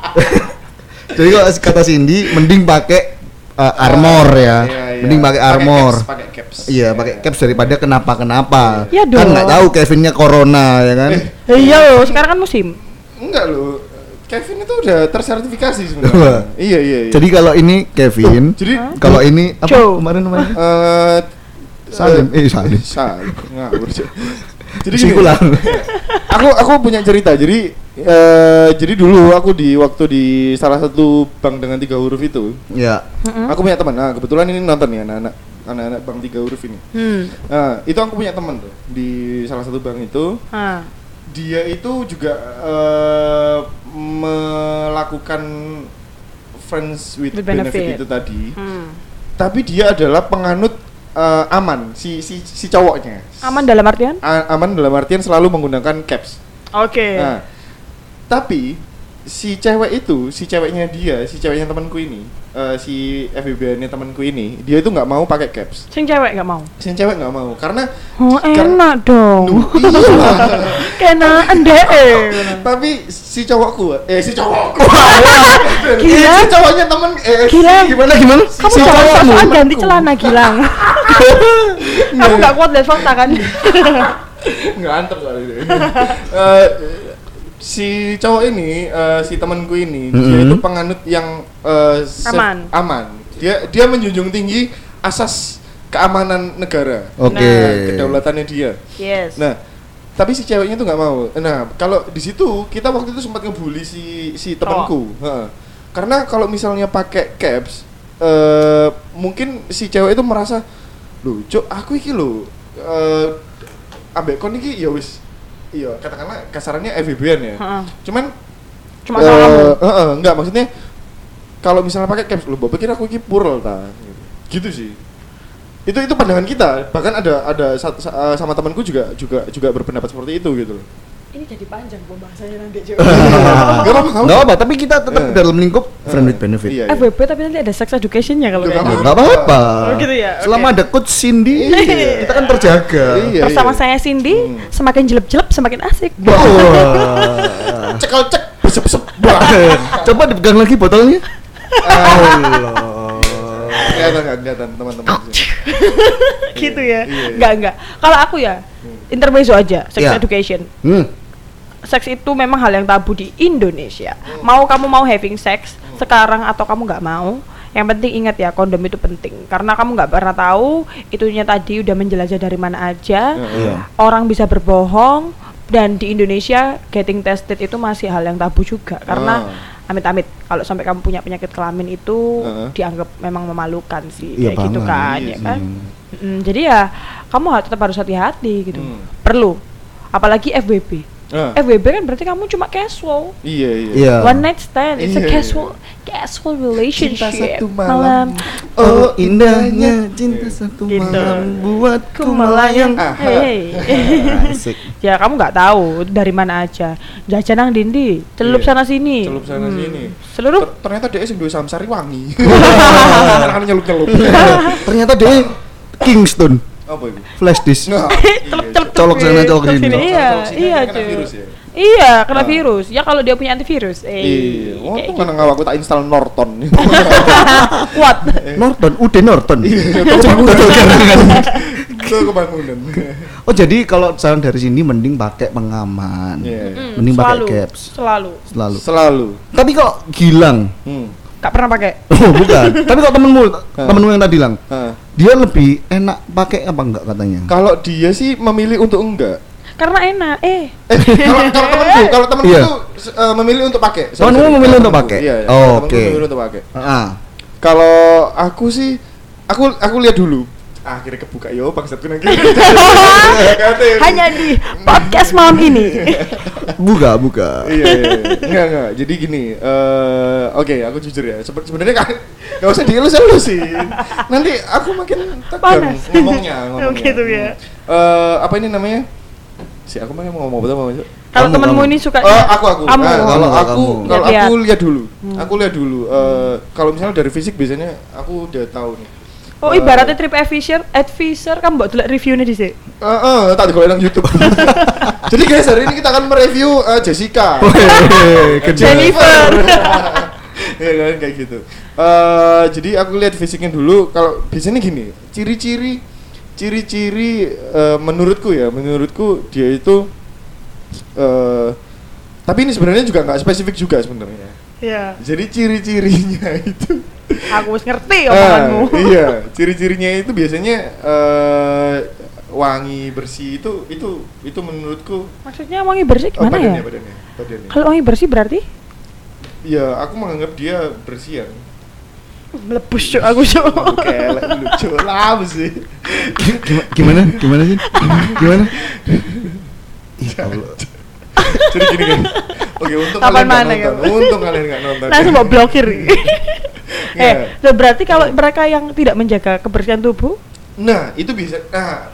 jadi kalau kata Cindy, mending pakai uh, armor ya,
Iya, iya.
mending pakai armor.
caps, pakai caps.
Iya, pakai caps daripada kenapa-kenapa.
Iya
Kan
dong.
nggak tahu Kevinnya corona ya kan?
Eh.
Iya loh, sekarang kan musim.
Enggak loh. Kevin itu udah tersertifikasi
Wah.
sebenarnya. Iya, iya, iya.
Jadi kalau ini Kevin,
Jadi
kalau ini apa
Joe.
kemarin namanya?
eh
Salim, eh Salim.
Salim. Ngawur. Cuk. Jadi
Sing
gini,
pulang.
aku aku punya cerita. Jadi eh jadi dulu aku di waktu di salah satu bank dengan tiga huruf itu,
Ya.
Mm-mm.
aku punya teman. Nah, kebetulan ini nonton nih anak-anak anak-anak bank tiga huruf ini.
Hmm.
Nah, itu aku punya teman tuh di salah satu bank itu.
Ah.
Dia itu juga eh, melakukan friends with,
With
benefit.
benefit.
itu tadi.
Hmm.
Tapi dia adalah penganut eh, aman si si si cowoknya.
Aman dalam artian?
A- aman dalam artian selalu menggunakan caps.
Oke.
Nah, tapi si cewek itu, si ceweknya dia, si ceweknya temanku ini, eh, si F B B-nya temanku ini, dia itu nggak mau pakai caps.
Sing cewek gak mau.
Si cewek nggak mau karena
Oh,
Kar-
enak dong.
Duh, iya.
Kena ende.
Tapi si cowokku, eh si cowokku.
Gila.
Si cowoknya temen eh
Gila.
si- gimana gimana?
Kamu
Si
jangan
cowokmu.
sosokan ganti celana Gilang. Kamu gak kuat lihat fakta kan?
Nggak antep kali ini. Eh, si cowok ini, eh, si temanku ini, dia
Mhm.
itu penganut yang eh, se-
Aman.
aman. Dia dia menjunjung tinggi asas keamanan negara,
Oke.
Nah,
kedaulatannya dia.
Yes.
Nah, tapi si ceweknya tuh nggak mau. Nah, kalau di situ kita waktu itu sempat ngebully si si temanku. Heeh. Karena kalau misalnya pakai caps, eh mungkin si cewek itu merasa, "Loh, Cuk, aku iki lho eh ambek kon iki ya wis iya, katakanlah kasarannya F B B-an ya.
Heeh.
Cuman
Cuma
eh,
salah kamu.
heeh, enggak maksudnya kalau misalnya pakai caps, lu pikir aku iki purl ta. Gitu sih. Itu itu pandangan kita. Bahkan ada ada satu sa- sama temanku juga juga juga berpendapat seperti itu gitu loh.
Ini jadi panjang pembahasannya nanti
Enggak apa-apa.
Nggak apa, tapi kita tetap
Eh.
dalam lingkup friend with benefit.
Iya,
F W B tapi nanti ada sex education-nya kalau
Nggak
kayaknya.
apa-apa.
Nggak apa-apa.
Oh, gitu ya?
Selama
Oke.
ada coach Cindy,
Iya.
kita kan terjaga.
Iya,
Bersama
iya.
saya Cindy,
Hmm.
semakin jelep-jelep semakin asik.
Wah.
Cekal cek besep-besep. Wah.
Coba dipegang lagi botolnya.
Kelihatan enggak kelihatan teman-teman.
Gitu ya.
Iya, iya.
Enggak, enggak. Kalau aku ya, intermezzo aja, sex
Ya.
education.
Hmm.
Seks itu memang hal yang tabu di Indonesia. Mau kamu mau having sex sekarang atau kamu nggak mau, yang penting ingat ya kondom itu penting karena kamu nggak pernah tahu itunya tadi udah menjelajah dari mana aja.
Iya.
Orang bisa berbohong dan di Indonesia getting tested itu masih hal yang tabu juga karena amit-amit kalau sampai kamu punya penyakit kelamin itu
Heeh.
dianggap memang memalukan sih
Iya
kayak gitu
banget,
kan
iya
ya
sih.
kan. Mm, jadi ya kamu harus tetap harus hati-hati gitu.
Hmm.
Perlu apalagi F W B.
Ah.
F W B kan berarti kamu cuma casual.
Iya, iya.
Iya.
One night stand, it's a
Iya,
casual casual relationship.
Cinta satu malam.
Oh indahnya cinta satu
Gitu.
malam buatku
Ku
melayang.
Ah.
Hey.
Asik.
Ya kamu nggak tahu dari mana aja. Jajan nang dindi, celup
Iya.
sana sini.
Celup sana
Hmm.
sini.
Seluruh
Ter- ternyata dia sing duwe samsari wangi. Kan nyelup-nyelup.
Ternyata dia Kingston
Apa itu?
flash disk.
Nggak.
Celup-celup
Colok sana, colok
ke
sini.
Iya,
Colok sini,
iya
kena
cuy.
virus ya?
Iya, kena
Ah.
virus. Ya kalau dia punya antivirus. Eh,
Iya, oh
kayak
tuh
gitu.
mana nggak aku tak install Norton.
Kuat.
Norton, udah Norton.
Iya, itu kebangunan.
Oh jadi kalau saran dari sini mending pakai pengaman.
Iya.
Hmm,
Mending pakai
selalu,
caps.
Selalu.
Selalu.
Selalu.
Tapi kok Gilang?
Hmm.
Gak pernah pakai.
Oh bukan. Tapi kok temenmu, temenmu yang tadi bilang,
Ah.
dia lebih enak pakai apa enggak katanya?
Kalau dia sih memilih untuk enggak.
Karena enak. Eh,
Eh, kalau kalau temanku, kalau temanku
Iya.
tuh uh, memilih untuk pakai. Sorry,
Temanmu
sorry.
memilih
Kalau
untuk
temanku,
pakai?
Iya, iya.
Oh,
Temanku
oke.
memilih untuk pakai.
Ah.
Kalau aku sih, aku aku lihat dulu. Ah, akhirnya kebuka yo bangsatku nang kiri.
hanya di podcast malam ini.
Buka, buka.
Iya, iya, iya. Enggak, enggak. Jadi gini, eh oke, aku jujur ya. Sebe- Sebenarnya kan enggak usah dielus-elusin. Nanti aku makin tegang
Panas.
ngomongnya, ngomongnya.
Oh, gitu ya.
Eh, apa ini namanya? Si aku mau ngomong apa sama
Kalau
Kamu,
temenmu
kamu.
ini suka
Oh, aku aku.
Kamu.
Nah, kalau
Kamu,
aku
kamu.
kalau
Lihat-lihat.
aku lihat dulu.
Hmm.
Aku lihat dulu. Eh, kalau misalnya dari fisik biasanya aku udah tahu nih.
Oh,
Eh,
ibaratnya trip advisor, advisor kan mbok delok reviewnya di sini.
Eh, eh, tak digolek nang YouTube. Jadi guys, hari ini kita akan mereview eh, Jessica.
Hehehe, gede.
Jennifer.
Ya kan kayak gitu. Eh, jadi aku lihat fisiknya dulu. Kalau biasanya gini, ciri-ciri ciri-ciri eh, menurutku ya, menurutku dia itu eh tapi ini sebenarnya juga nggak spesifik juga sebenarnya.
Iya.
Jadi ciri-cirinya itu
Aku wis ngerti
Ah,
omonganmu.
iya, ciri-cirinya itu biasanya eh wangi bersih itu itu itu menurutku
Maksudnya wangi bersih
oh,
gimana
badannya,
ya?
badannya, badannya.
Kalau wangi bersih berarti
Ya, aku menganggap dia bersihan.
melebus cuk aku cuk.
Kelek lucu lah sih.
Gima- Gimana? Gimana sih? Gimana? Ya Allah.
Jadi gini kan. Oke, untung
Kapan
kalian nggak
mana,
nonton.
kapan?
Untung kalian nggak nonton.
Langsung mau blokir.
Iya.
eh, so berarti kalau mereka yang tidak menjaga kebersihan tubuh,
Nah, itu bisa. Nah,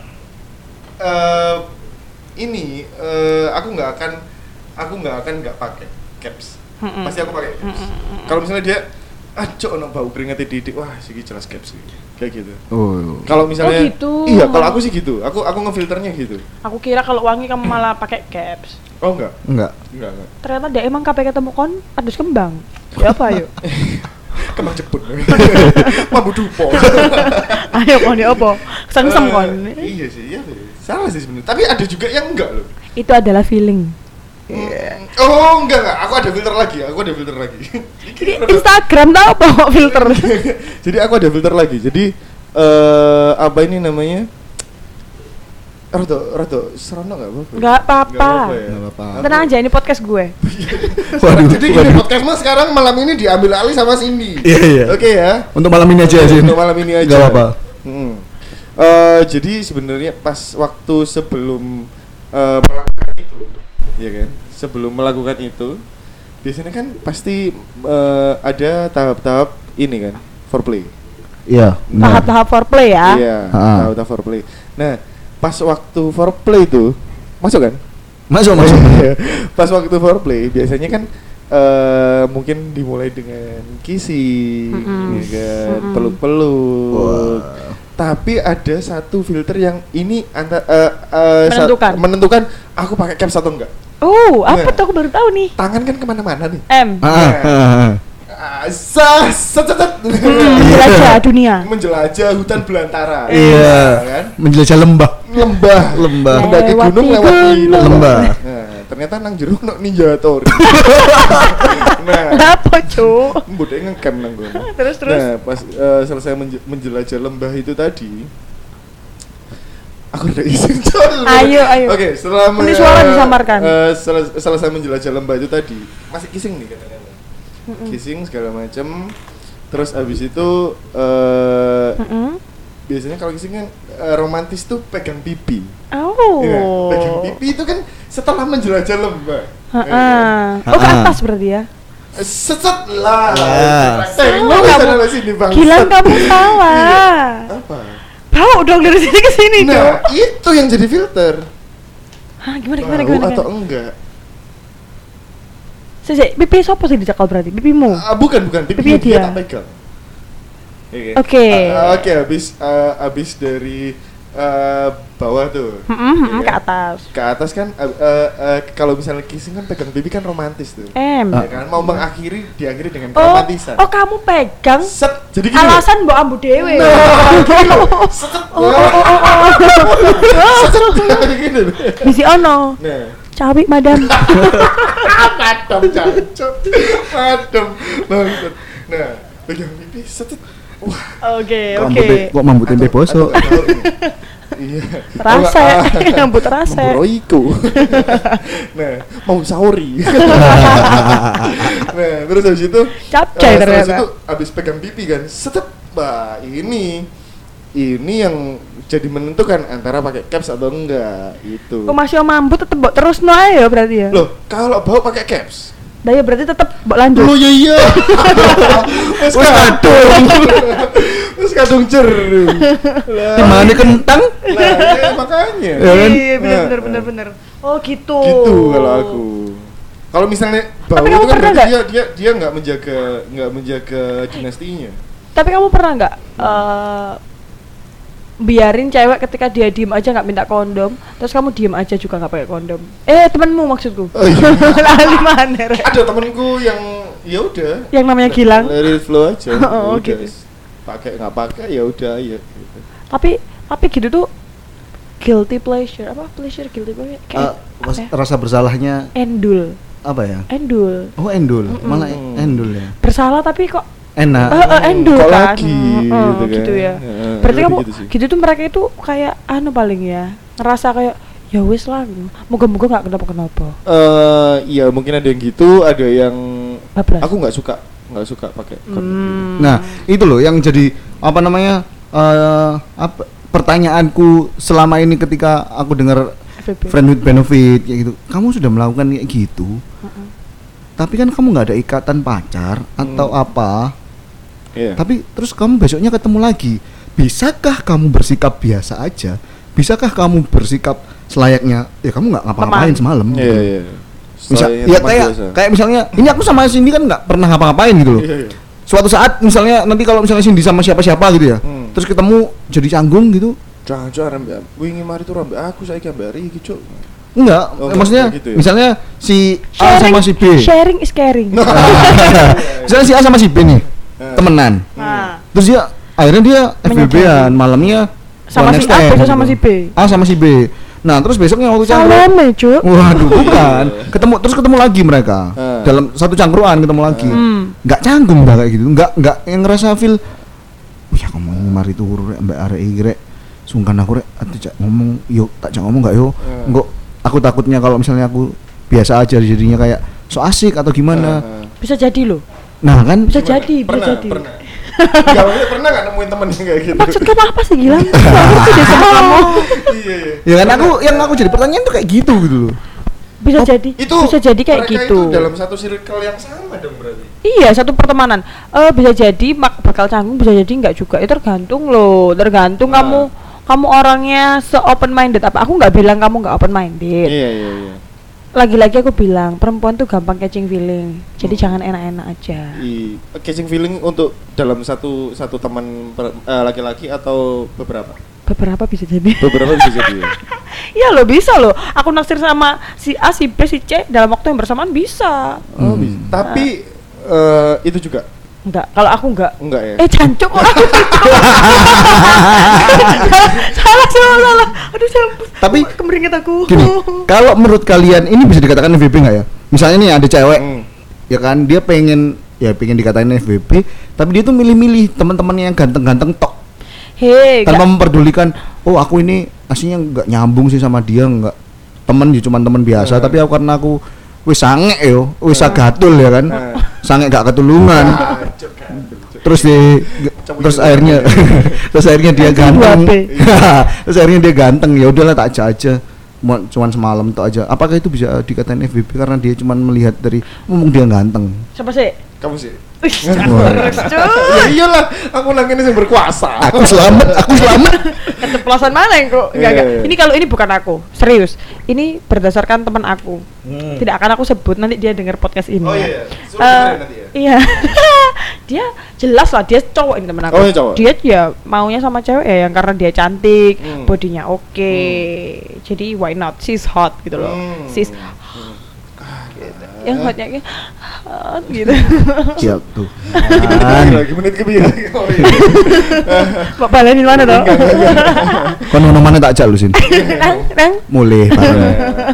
eh ini eh, aku nggak akan aku nggak akan nggak pakai caps.
Mm-mm.
Pasti aku pakai caps. Kalau misalnya dia ah cok ono bau keringetnya didik, wah sih jelas caps sih. Kayak gitu.
Oh.
Kalau misalnya
Oh, gitu.
Iya, kalau aku sih gitu. Aku aku ngefilternya gitu.
aku kira kalau wangi kamu malah pakai caps.
Oh enggak.
Enggak.
Enggak, enggak.
Ternyata dia emang K P ketemu kon adus kembang. Ya apa yuk?
Kembang jepun. Mambu dupo.
Ayo kon ya apa? Sengsem kon.
Eh, iya sih, iya sih. Salah sih sebenarnya. Tapi ada juga yang enggak loh.
Itu adalah feeling.
Mm, Oh, enggak enggak. Aku ada filter lagi. Aku ada filter lagi.
Jadi Instagram tau apa kok filter?
Jadi aku ada filter lagi. Jadi eh apa ini namanya? Rado, rado, serono enggak apa-apa.
Enggak apa-apa.
ya.
Nggak apa-apa.
Tenang aja ini podcast gue.
Waduh.
Jadi gini, podcast mas sekarang malam ini diambil alih sama Cindy.
Iya, iya.
Oke ya.
Untuk malam ini aja sih.
Untuk malam ini aja.
Enggak apa-apa.
Hmm. Eh, jadi sebenarnya pas waktu sebelum eh, melakukan itu, ya kan? Sebelum melakukan itu, biasanya kan pasti eh, ada tahap-tahap ini kan, foreplay.
Iya. benar.
Tahap-tahap foreplay ya.
Iya,
Ha-ha.
tahap-tahap foreplay. Nah, pas waktu foreplay itu, masuk kan?
Masuk, masuk.
Pas waktu foreplay biasanya kan eh mungkin dimulai dengan kissing,
Mm-mm.
ya kan,
Mm-mm.
peluk-peluk.
Wah.
Tapi ada satu filter yang ini anta, eh, eh, sa-
Menentukan.
menentukan aku pakai caps atau enggak.
Oh, apa
Nah.
tuh aku baru tahu nih.
Tangan kan kemana-mana nih.
M.
Ah, ah, ah.
Ah, sa- set, set, set.
Menjelajah dunia.
Menjelajah hutan belantara.
Iya.
kan?
Menjelajah lembah.
Lembah,
Lembah.
mendaki
Lewati
gunung lewat
gunung.
Lembah.
Nah, ternyata nang jero no ninja tori. Nah,
Apa, Cuk?
mbudek ngecamp nang kono.
Terus terus.
Nah, pas eh, selesai menje- menjelajah lembah itu tadi, aku udah izin Col.
Ayo, ayo.
Oke, setelah
Ini
men-
suara
eh,
disamarkan.
eh, sel- selesai menjelajah lembah itu tadi, masih kissing nih katanya.
Mm-mm.
Kissing segala macam. Terus abis itu eh
Mm-mm.
biasanya kalau kissing kan uh, romantis tuh pegang pipi.
Oh.
Ya, pegang pipi itu kan setelah menjelajah lembah.
Heeh. Oh, ke atas berarti ya?
Seset lah.
Ya.
Eh,
Salah
nggak usah
kamu.
dari sini bang.
Gilang kamu salah.
Iya. Apa?
Bau dong dari sini ke sini
Nah,
dong.
itu yang jadi filter.
Hah, gimana gimana
Bau
gimana?
atau
gimana?
enggak?
Sisi, pipi siapa sih dicekal berarti? Pipimu.
Ah, bukan bukan pipi
Pipinya
dia,
dia.
tak pegang. Oke.
Oke.
Ah, Oke, habis ah, habis dari ah, bawah tuh.
Mm-mm, mm-mm,
ya
ke
kan?
atas.
Ke atas kan ah, ah, ah, kalau misalnya kissing kan pegang pipi kan romantis tuh.
M.
Ya kan mau mengakhiri diakhiri dengan
Oh,
keromantisan.
oh kamu pegang
Set. Jadi gini. loh.
alasan mbok ambu dewe.
Nah, gini loh. Set.
Oh, oh, oh, oh, oh.
Set. Gini loh.
Bisi ono.
Nah,
Cawi madam.
madam cancok. Madam bangsat. Nah, pegang pipi set. Wah,
Oke,
Kok
oke.
mambut- Kok mambu tempe
atau-
bosok.
atau nggak tahu nih. Iya.
Rasa,
Oh, nggak, ah,
rambut rasa.
Membroiku. Nah, mau sauri. Nah, terus habis itu
Capcay
eh,
ternyata.
Terus itu habis pegang pipi kan, set. Bah, ini ini yang jadi menentukan antara pakai caps atau enggak itu.
Kok masih mau mambu tetep mbok terus no ae ya berarti ya.
Loh, kalau bau pakai caps.
Nah ya berarti tetep mbok lanjut.
Loh ya iya. Wes kadung. Wes kadung cer. Lah,
Gimana kentang?
lah, ya, makanya.
Ya kan?
Iya, bener
Nah,
bener bener bener. Oh gitu.
Gitu kalau aku. Kalau misalnya bau
Tapi
itu
kamu
kan
pernah
berarti
nggak?
dia dia dia nggak menjaga nggak menjaga dinastinya.
Tapi kamu pernah nggak eh, biarin cewek ketika dia diem aja nggak minta kondom, terus kamu diem aja juga nggak pakai kondom? Eh temanmu maksudku?
Oh, iya.
Lali mana, Re?
Ada temenku yang ya udah.
Yang namanya Gilang?
Let it flow aja.
Oh,
Ya udah.
gitu.
Pakai nggak pakai ya udah ya. Gitu.
Tapi tapi gitu tuh guilty pleasure apa pleasure guilty pleasure
Eh,
kayak
mas-
apa ya?
rasa bersalahnya
Endul,
apa ya?
endul.
Oh endul,
Mm-mm.
malah endul ya.
Bersalah tapi kok
Enak.
eh, eh, endul
Kok
kan?
lagi,
Mm, mm,
gitu
gitu
kan.
ya.
Heeh,
Berarti
lebih
kamu
gitu sih.
gitu tuh mereka itu kayak anu paling ya ngerasa kayak ya wis lah, moga-moga nggak kenapa-kenapa.
Eh, iya mungkin ada yang gitu, ada yang
Bablas.
aku nggak suka nggak suka pakai kondom.
Hmm.
Nah, itu loh yang jadi apa namanya? eh apa pertanyaanku selama ini ketika aku dengar
F B B.
friend with benefit kayak gitu. Kamu sudah melakukan kayak gitu.
Mm-mm.
Tapi kan kamu nggak ada ikatan pacar atau
Hmm.
apa.
Iya.
Tapi terus kamu besoknya ketemu lagi. Bisakah kamu bersikap biasa aja? Bisakah kamu bersikap selayaknya ya kamu nggak ngapa-ngapain
Teman.
semalam gitu.
Iya iya.
Misal,
Selain
ya
teman
kayak
biasa.
kayak misalnya ini aku sama Cindy kan nggak pernah ngapa-ngapain gitu loh.
Iya iya.
Suatu saat misalnya nanti kalau misalnya Cindy sama siapa-siapa gitu ya,
Hmm.
terus ketemu jadi canggung gitu,
Jangan jangan ambek wingi mari tuh ambek aku saiki ambek iki cuk.
enggak,
Oh,
eh, maksudnya
enggak gitu ya?
misalnya si A sama si B,
sharing is caring.
misalnya si A sama si B nih
Eh.
temenan,
Nah,
terus dia akhirnya dia F B B-an malamnya
sama
one
si
night
A
stand
besok sama
gitu.
si B.
A sama si B. Nah terus besoknya waktu cangkruk,
Salome, Cuk.
waduh bukan, ketemu terus ketemu lagi mereka
Eh.
dalam satu cangkruan ketemu lagi,
Hmm.
nggak canggung dah kayak gitu, nggak nggak yang ngerasa feel, wih aku mau mari turu rek mbak arek iki rek, sungkan aku rek, atuh cak ngomong, yuk tak cak ngomong nggak yo,
Eh.
enggak aku takutnya kalau misalnya aku biasa aja jadinya kayak so asik atau gimana,
Eh, eh.
Bisa jadi loh.
nah kan
Bisa
Gimana?
jadi, bisa
pernah,
jadi.
Pernah. Enggak, maksudnya pernah enggak nemuin temen yang kayak gitu?
Maksud kamu apa sih Gilang? Aku tidak sama kamu.
Iya iya.
ya kan aku yang aku jadi pertanyaan tuh kayak gitu gitu loh.
Bisa
Oh,
jadi.
Itu
bisa jadi kayak
mereka
gitu.
itu dalam satu circle yang sama dong berarti.
Iya, satu pertemanan. Eh bisa jadi mak bakal canggung, bisa jadi enggak juga. Itu tergantung loh, tergantung
Nah.
kamu kamu orangnya se open minded apa. Aku nggak bilang kamu nggak open minded.
Iya iya iya.
Lagi-lagi aku bilang perempuan tuh gampang catching feeling. Jadi
Hmm.
jangan enak-enak aja.
I, catching feeling untuk dalam satu satu teman per- eh, laki-laki atau beberapa?
Beberapa bisa jadi.
Beberapa bisa jadi. Ya?
Iya loh, bisa loh. Aku naksir sama si A, si B, si C dalam waktu yang bersamaan bisa.
Oh,
Hmm.
bisa. Tapi eh, itu juga
Enggak, kalau aku enggak.
enggak ya?
Eh jancuk kok aku salah salah salah. Aduh campur.
Tapi
kemeringet aku.
gini, kalau menurut kalian ini bisa dikatakan F B B nggak ya? Misalnya nih ada cewek,
Hmm.
ya kan dia pengen ya pengen dikatain F B B, tapi dia tuh milih-milih teman-temannya yang ganteng-ganteng tok,
Hei,
tanpa
enggak.
memperdulikan, oh aku ini aslinya nggak nyambung sih sama dia, nggak temen ya cuman teman biasa,
Hmm.
tapi aku karena aku wis sange yo, wis
Hmm.
gatul ya kan,
Hmm.
sange gak ketulungan,
Ah, cuk, kan, cuk.
terus di terus akhirnya terus akhirnya dia ganteng. Terus akhirnya dia ganteng, ya udahlah tak ajak aja. Cuma- Cuman semalam tuh aja. Apakah itu bisa dikatain F W B karena dia cuman melihat dari ngomong dia ganteng?
Siapa sih?
Kamu sih.
Wih,
Wah.
terus cuy.
Ya iyalah, aku nang ini yang berkuasa.
Aku selamat, aku selamat.
Keceplosan mana yang kok? Enggak, enggak.
Iya.
Ini kalau ini bukan aku, serius. Ini berdasarkan teman aku.
Hmm.
Tidak akan aku sebut, nanti dia dengar podcast ini.
Oh
ya.
iya, suruh
Eh,
dengerin nanti ya.
Iya. Dia jelas lah, dia cowok ini teman aku.
Oh, dia cowok.
Dia ya maunya sama cewek ya yang karena dia cantik,
Hmm.
bodinya oke. Jadi why not? She's hot gitu loh.
Hmm.
She's yang hotnya kayak hot gitu.
Siap tuh.
Lagi menit kebiru. Oh iya.
Pak balenin mana toh?
Kon ngono mana tak ajak lu Sin.
Nang, nang.
Mulai bareng.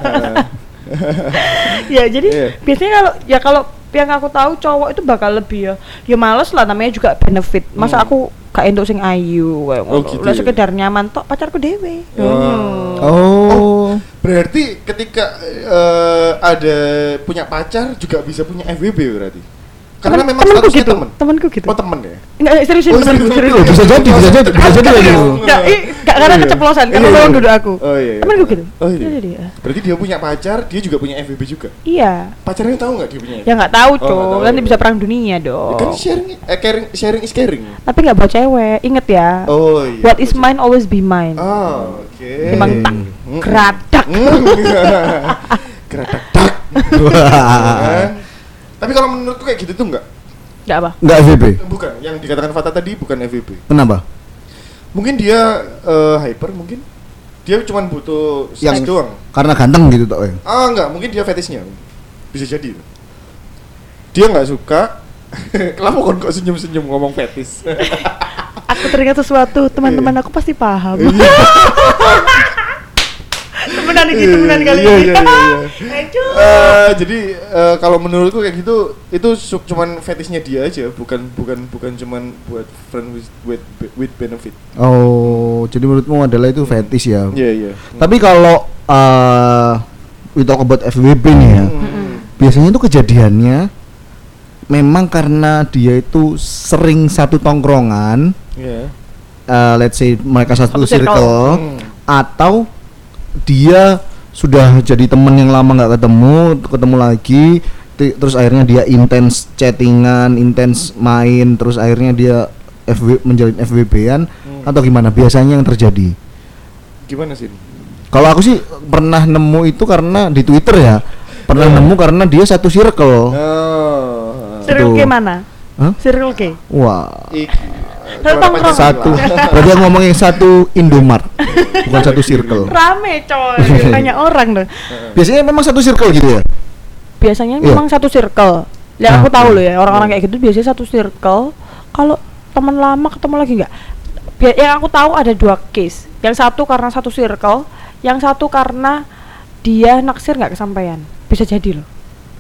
Ya jadi
Iya.
biasanya kalau ya kalau yang aku tahu cowok itu bakal lebih ya ya males lah, namanya juga benefit. Masa
Hmm.
aku gak entuk sing ayu kayak
Oh,
ngono.
gitu
Lah
ya?
sekedar nyaman tok pacarku dewe.
Oh.
Hmm.
Oh.
Berarti ketika eh, ada punya pacar juga bisa punya F W B berarti. Karena
Temen-
memang
temenku
statusnya
gitu,
temen.
temenku gitu.
Oh temen ya.
Enggak serius
Oh,
temenku
serius.
serius.
Oh, bisa jadi, bisa jadi, bisa jadi kayak gitu.
Enggak, ih, enggak karena
Iya.
keceplosan karena
Iya,
lo
iya.
duduk aku.
Oh iya. iya.
Temenku gitu.
Oh iya.
Jadi dia.
Berarti dia punya pacar, dia juga punya F W B juga.
Iya.
Pacarnya tahu nggak dia punya?
Ya nggak tahu,
Oh, nggak
Cok.
tahu.
Nanti bisa perang dunia
Ya
dong.
kan sharing, eh, caring, sharing is caring.
Tapi nggak bawa cewek. Ingat ya.
Oh iya.
What is mine always be mine.
Oh oke.
Emang tak
Mm.
geradak.
Hmm. Geradak dak. Kan? Tapi kalau menurutku kayak gitu tuh enggak.
Enggak apa?
Enggak F W B.
Bukan, yang dikatakan Fata tadi bukan F W B.
Kenapa?
Mungkin dia eh, hyper mungkin. Dia cuma butuh seks
Yang-
doang.
Karena ganteng gitu tok. ya?
Ah enggak, mungkin dia fetishnya. Bisa jadi. Dia nggak suka. Kenapa kok kok senyum-senyum ngomong fetish?
Aku teringat sesuatu, teman-teman aku pasti paham. Temenan ini, temenan kali
Iya,
ini.
iya, iya, iya.
Aduh.
Eh, jadi eh, kalau menurutku kayak gitu itu su- cuman fetishnya dia aja, bukan bukan bukan cuman buat friend with with, with benefit.
Oh, jadi menurutmu adalah itu fetish ya?
Iya iya.
Tapi kalau uh, we talk about F W B nih ya,
Hmm.
biasanya itu kejadiannya memang karena dia itu sering satu tongkrongan,
Iya.
uh, let's say mereka satu,
Satu circle.
circle,
Hmm.
atau dia sudah jadi temen yang lama nggak ketemu, ketemu lagi, ti- terus akhirnya dia intens chattingan, intens main, terus akhirnya dia F W menjalin F W B-an
Hmm.
atau gimana biasanya yang terjadi?
Gimana sih?
Kalau aku sih pernah nemu itu karena di Twitter ya. Pernah
Iya.
nemu karena dia satu circle.
Oh.
Circle K
Aduh.
mana?
Hah?
Circle K.
Wah,
Iki.
Satu tongkrong.
satu. Berarti aku ngomongin satu Indomart, bukan satu circle.
Rame coy, banyak orang dong.
Biasanya memang satu circle gitu ya.
Biasanya
Iya.
memang satu circle. Ya
Ah,
aku tahu
oke.
loh ya, orang-orang kayak gitu biasanya satu circle. Kalau teman lama ketemu lagi nggak? Bi- Yang aku tahu ada dua case. Yang satu karena satu circle, yang satu karena dia naksir nggak kesampaian. Bisa jadi loh.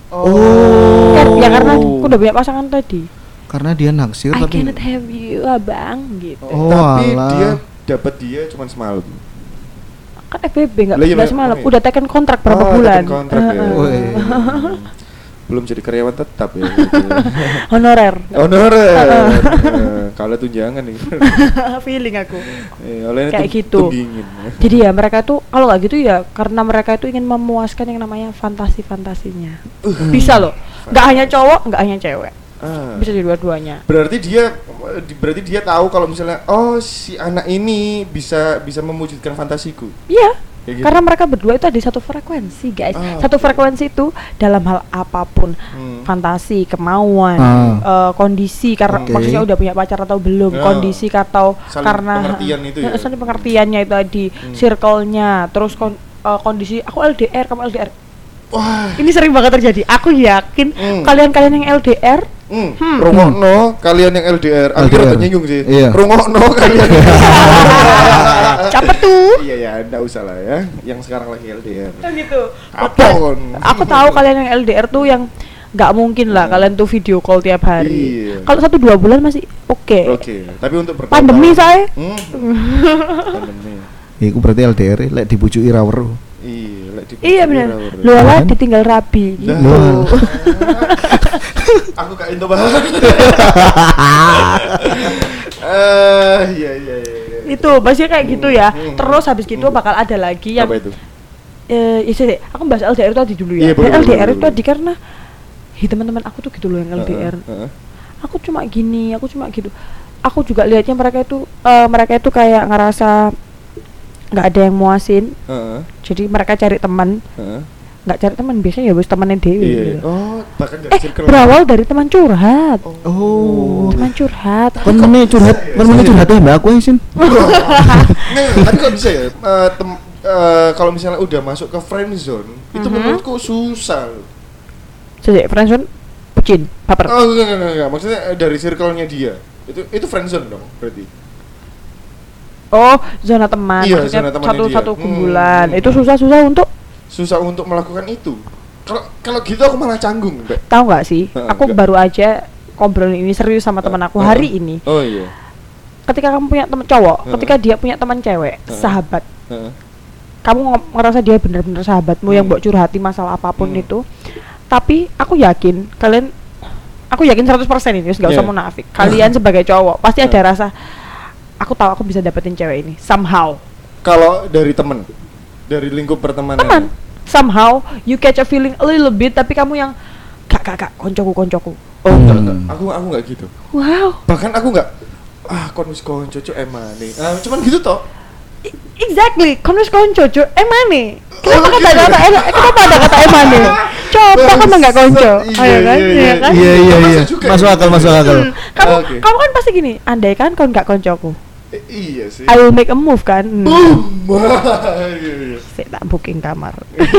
Oh.
Kan, ya karena aku udah punya pasangan tadi.
Karena dia naksir
I
tapi
cannot have you, abang gitu.
Oh,
Tapi
alah.
dia dapat dia cuma semalam.
Kan F W B nggak
Lah, iya,
nggak
iya,
semalam.
makanya.
Udah taken kontrak berapa
Oh,
bulan?
taken kontrak ya.
Heeh.
Woi.
Hmm. Belum jadi karyawan tetap ya.
Honorer.
Honorer. Eh, Kalau tunjangan nih.
Feeling aku.
Eh, olehnya
Kayak
tum-
gitu.
tunggingin.
Jadi ya mereka tuh kalau nggak gitu ya karena mereka itu ingin memuaskan yang namanya fantasi-fantasinya. Bisa loh. Nggak hanya cowok, nggak hanya cewek.
Ah.
Bisa di dua-duanya.
Berarti dia di- berarti dia tahu kalau misalnya oh si anak ini bisa bisa mewujudkan fantasiku.
Iya.
Kayak gitu.
Karena mereka berdua itu ada di satu frekuensi, guys.
Ah,
Satu
oke.
frekuensi itu dalam hal apapun,
Hmm.
fantasi, kemauan,
Ah.
eh, kondisi karena
Oke.
maksudnya udah punya pacar atau belum,
Ya.
kondisi atau
Saling
karena
pengertian itu ya.
Eh, saling pengertiannya itu tadi,
Hmm.
circle-nya, terus kon- eh, kondisi aku L D R, kamu L D R.
Wah.
Ini sering banget terjadi. Aku yakin
Hmm.
kalian-kalian yang L D R
Hmm.
Hmm.
Rungokno kalian yang L D R, aku
L D R.
rada nyinggung sih.
Iya.
Rungokno kalian.
capek tuh.
Iya ya, enggak usah lah ya. Yang sekarang lagi L D R.
Kan gitu.
Apa kon?
Aku tahu kalian yang L D R tuh yang nggak mungkin lah kalian tuh video call tiap hari.
Iya.
Kalau satu dua bulan masih oke.
Oke, tapi untuk bertahun
Pandemi saya.
Hmm. Pandemi.
iku berarti L D R lek dibujuki ra weruh.
Iya, lek di
Iya benar. Lu
Kan?
lah ditinggal rabi gitu.
Lah. Aku gak into banget. Eh, iya iya iya.
Itu pasti kayak gitu ya.
Hmm.
Terus habis gitu bakal ada lagi yang
Apa itu?
eh isi deh, aku bahas L D R tadi dulu ya.
Iya, boleh,
L D R
boleh,
itu
boleh.
tadi karena hi teman-teman aku tuh gitu loh yang L D R.
Heeh, heeh.
Aku cuma gini, aku cuma gitu. Aku juga lihatnya mereka itu eh, mereka itu kayak ngerasa nggak ada yang muasin.
Heeh,
Jadi mereka cari teman,
heeh.
nggak cari teman biasanya ya bos temannya dewi.
Iya.
Gitu.
Oh, bahkan dari
Eh
circle.
berawal dari teman curhat.
Oh.
Teman curhat.
Kan mana curhat, kan mana curhat ya Mbak aku ya Sin.
Nggak, tapi kok bisa ya? Eh, tem- eh, kalau misalnya udah masuk ke friend zone, itu
Mhm.
menurutku susah. loh.
Sejak friendzone, pucin, baper.
Oh, enggak, enggak, enggak, enggak. Maksudnya eh, dari circle-nya dia. Itu itu friend zone dong, berarti.
Oh, zona teman.
Iya,
Maksudnya
zona temannya
satu
dia.
satu
Hmm,
kumpulan.
hmm,
Itu
hmm.
susah-susah untuk
Susah untuk melakukan itu. Kalau kalau gitu aku malah canggung, Mbak.
tahu nggak sih?
Heeh,
Aku
enggak.
baru aja ngobrol ini serius sama teman aku
Heeh.
hari ini.
Oh iya.
Ketika kamu punya teman cowok,
Heeh.
ketika dia punya teman cewek,
Heeh.
sahabat,
Heeh.
kamu ng- ngerasa dia bener-bener sahabatmu yang
Hmm.
buat curhati masalah apapun
Hmm.
itu. Tapi aku yakin kalian, aku yakin seratus persen ini, nggak usah
Yeah.
munafik. Kalian sebagai cowok pasti ada
Heeh.
rasa, aku tahu aku bisa dapetin cewek ini somehow.
Kalau dari temen, dari lingkup pertemanan.
Teman, somehow you catch a feeling a little bit, tapi kamu yang kak kak kak koncoku koncoku.
Oh, enggak,
Hmm.
enggak. Aku aku enggak gitu.
Wow,
Bahkan aku enggak ah kon wis konco cuk emane. Ah, cuman gitu toh.
I- exactly. Konus konco, cuy. Emane.
Oh,
Kenapa
gitu.
kata-kata em- kenapa ada kata emane? Coba kan enggak konco.
Iya,
Ayo kan?
iya,
Iya
iya.
kan?
Iya iya iya.
Masuk juga
Masuk
ya.
akal masuk akal.
Hmm, Kamu
Oke.
kamu kan pasti gini, andai kan kau enggak koncoku,
Eh, iya sih.
I will make a move kan. Hmm.
Boom. Wah, iya, iya.
Saya tak booking kamar.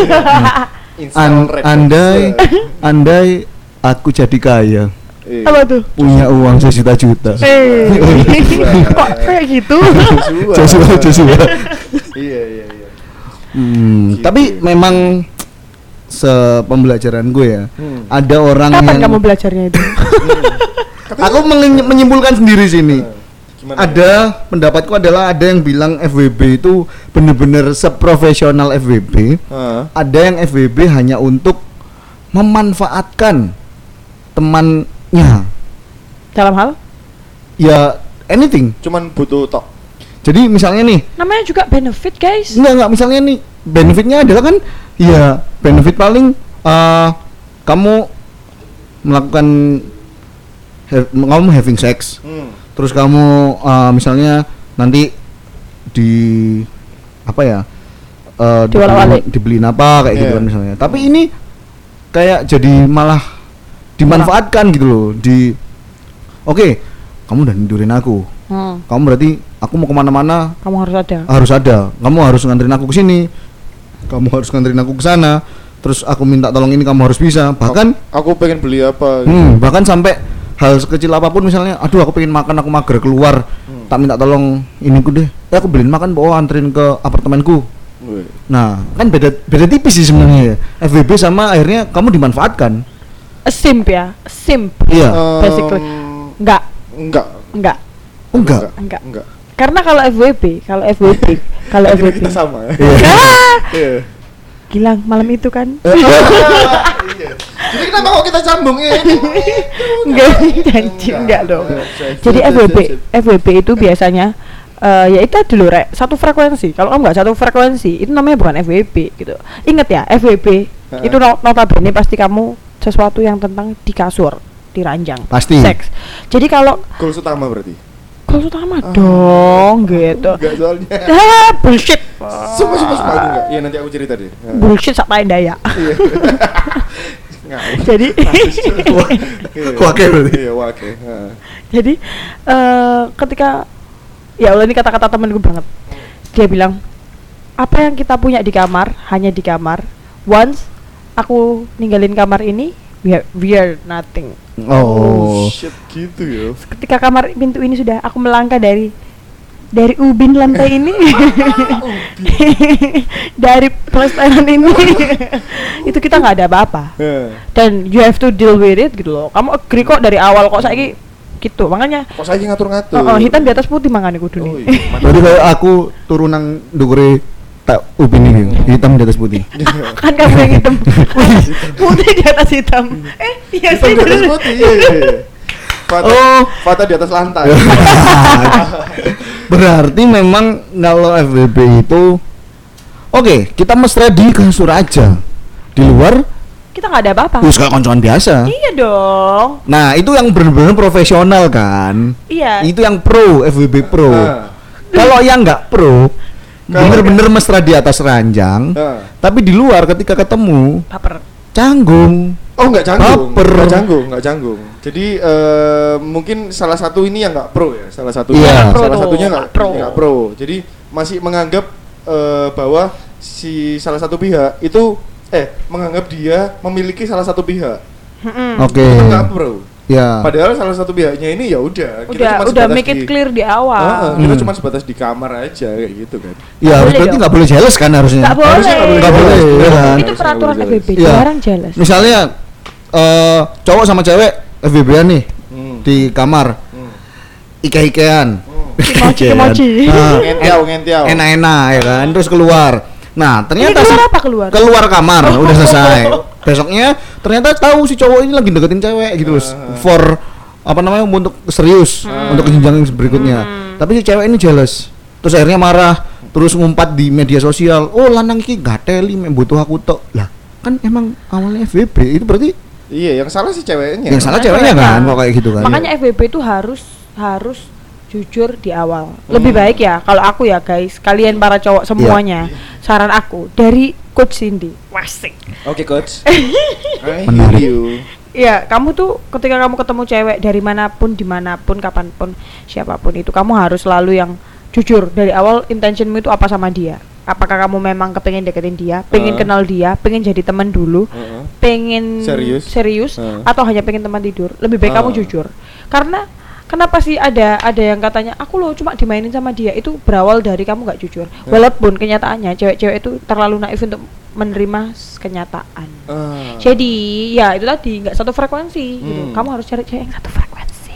Install
An-
rap.
andai andai aku jadi kaya,
Iya.
Apa tuh?
punya uang sejuta-juta.
Eh,
Joshua.
kok kayak gitu?
Joshua.
Joshua Joshua.
Iya, iya, iya.
Hmm,
Gitu.
tapi memang sepembelajaran gue ya,
Hmm.
ada orang
Kapan
yang
kamu belajarnya itu?
aku mengin- menyimpulkan sendiri sini.
Gimana?
Ada pendapatku adalah ada yang bilang F W B itu bener-bener seprofesional F W B.
Heeh.
Ada yang F W B hanya untuk memanfaatkan temannya.
Dalam hal?
Ya anything.
Cuman butuh tok.
Jadi misalnya nih,
Namanya juga benefit, guys.
enggak enggak misalnya nih benefitnya adalah kan ya benefit paling eh, kamu melakukan have, kamu having sex.
Hmm.
Terus kamu uh, misalnya nanti di apa ya uh,
Diwala-wali.
dibeliin, dibeliin apa kayak gitu
Iya.
kan misalnya. Tapi ini kayak jadi malah dimanfaatkan gitu loh. Di oke, kamu udah tidurin aku.
Hmm,
Kamu berarti aku mau kemana-mana
kamu harus ada.
harus ada. Kamu harus nganterin aku ke sini. Kamu harus nganterin aku ke sana. Terus aku minta tolong ini kamu harus bisa. Bahkan
Aku pengen beli apa?
Hmm, bahkan sampai hal sekecil apapun misalnya, aduh aku pengen makan, aku mager keluar,
Hmm.
tak minta tolong ini ku deh, ya aku beliin makan, bawa anterin ke apartemenku.
Wih.
Nah, kan beda beda tipis sih sebenarnya ya. F W B sama akhirnya kamu dimanfaatkan.
A simp ya, a simp.
Iya.
Em,
Basically. Enggak,
Enggak.
enggak,
Oh, enggak.
enggak.
Enggak.
Karena kalau F W B, kalau F W B, kalau F W
Akhirnya
B.
kita sama.
Ah,
Iya.
Gilang malam itu kan?
Iya. Jadi kenapa kok kita sambung ini?
Enggak, janji enggak dong. Jadi F W B, F W B itu biasanya eh ya itu dulu rek, satu frekuensi. Kalau kamu nggak satu frekuensi, itu namanya bukan F W B gitu. Ingat ya, F W B
Heeh.
itu no- notabene pasti kamu sesuatu yang tentang di kasur, di ranjang,
Pasti.
seks. Jadi kalau
Goals utama berarti.
goals utama dong gitu.
Enggak soalnya.
Ah, bullshit.
Semua semua semua aku enggak. Iya nanti aku cerita deh. Heeh.
Bullshit sak pae daya.
Iya. Ngawur.
Jadi
Iya.
Wake berarti.
Iya, wake. Heeh.
jadi eh ketika ya Allah ini kata-kata temanku banget. Dia bilang, apa yang kita punya di kamar hanya di kamar. Once aku ninggalin kamar ini, we are, we are nothing.
Oh.
Shit gitu ya.
Ketika kamar pintu ini sudah aku melangkah dari dari ubin lantai ini, dari pelestarian ini, itu kita nggak ada apa-apa.
Heeh.
Dan you have to deal with it gitu loh. Kamu agree kok dari awal kok saiki gitu. Makanya
Kok saya ngatur-ngatur?
oh, oh, hitam di atas putih makanya kudu
Oh,
nih.
iya.
Berarti kayak aku turun nang ndukure tak upin ini hitam di atas putih.
Kan kamu yang hitam. Putih di atas hitam. Eh, iya
Hitam
sih.
di atas putih. Iya, iya, iya. Fata,
Oh.
Fata di atas lantai.
Berarti memang kalau F W B itu oke, kita mesra di kasur aja. Di luar
Kita nggak ada apa-apa.
wis kayak koncoan biasa.
Iya dong.
Nah, itu yang benar-benar profesional kan.
Iya.
Itu yang pro, F W B pro.
Nah.
Kalau yang nggak pro,
Kalau
bener-bener mesra di atas ranjang,
Nah.
tapi di luar ketika ketemu
Baper.
canggung.
Oh nggak canggung,
Baper.
nggak canggung, nggak canggung. Jadi eh, mungkin salah satu ini yang nggak pro ya, salah satunya,
Iya.
salah
Pro
satunya
tuh,
nggak
nggak pro.
nggak pro. Jadi masih menganggap eh, bahwa si salah satu pihak itu eh menganggap dia memiliki salah satu pihak.
Mm-mm.
Oke.
Itu nggak pro.
Ya.
Padahal salah satu pihaknya ini ya udah, kita
Udah
cuma
udah
sebatas
make it
di-
clear di awal.
Ah, kita
Hmm.
cuma sebatas di kamar aja kayak gitu kan.
Ya,
Nggak boleh
berarti
dong.
nggak boleh jealous kan harusnya.
Nggak boleh.
Harusnya nggak boleh.
Nggak boleh,
jealous.
ya kan?
Itu peraturan F W B.
Iya.
Jarang jealous.
Misalnya eh cowok sama cewek F W B-an nih
Hmm.
di kamar.
Hmm.
Ike-ikean.
Kimochi, kimochi.
Nah,
Ngentiau, ngentiau.
enak-enak ya kan, terus keluar. Nah, ternyata
Ini keluar
si-
apa keluar?
keluar kamar, udah selesai. Besoknya ternyata tahu si cowok ini lagi deketin cewek gitu loh.
Ah.
For apa namanya untuk serius, untuk jenjang yang berikutnya. Tapi si cewek ini jealous. Terus akhirnya marah, terus ngumpat di media sosial. Oh, lanang iki gateli mek butuh aku tok. Lah, kan emang awalnya F W B itu berarti
Iya, yang salah si ceweknya.
yang salah
Nah,
ceweknya
ceweknya.
kan kok kayak gitu kan.
Makanya F W B itu harus harus jujur di awal. Lebih baik ya kalau aku ya guys, kalian para cowok semuanya, saran aku dari Coach Cindy. Wasik.
Oke, coach. I
Menarik.
hear you.
Iya, kamu tuh ketika kamu ketemu cewek dari manapun, dimanapun, kapanpun, siapapun itu, kamu harus selalu yang jujur dari awal. Intentionmu itu apa sama dia? Apakah kamu memang kepengen deketin dia, pengen
Uh.
kenal dia, pengen jadi teman dulu,
Heeh.
pengen
Serius?
serius
Uh.
atau hanya pengen teman tidur? Lebih baik
Uh.
kamu jujur. Karena kenapa sih ada ada yang katanya aku loh cuma dimainin sama dia, itu berawal dari kamu nggak jujur. Walaupun kenyataannya cewek-cewek itu terlalu naif untuk menerima s- kenyataan.
Ah.
Jadi ya itu tadi nggak satu frekuensi gitu.
Hmm.
Kamu harus cari cewek yang satu frekuensi.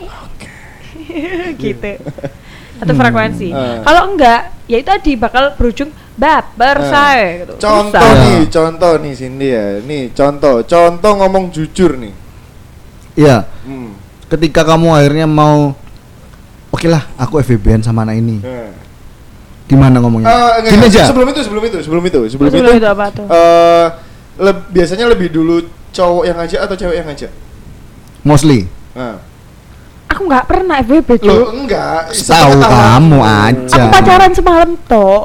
gitu. Satu frekuensi.
Ah.
Kalau enggak, ya itu tadi bakal berujung baper
Ah.
say gitu.
Contoh
Susah.
nih, contoh nih Cindy ya. Nih, contoh, contoh ngomong jujur nih.
Iya,
Hmm.
ketika kamu akhirnya mau oke lah, aku F W B-an sama anak ini.
Nah.
Gimana ngomongnya?
Ah, enggak,
Gini
enggak.
aja.
Sebelum itu, sebelum itu, sebelum itu, sebelum,
Sebelum
itu,
itu apa tuh?
eh, leb- biasanya lebih dulu cowok yang ngajak atau cewek yang ngajak?
Mostly.
Nah.
Aku nggak pernah F W B,
Loh,
Cuk.
enggak.
Tahu kamu aja.
Aku pacaran semalam toh.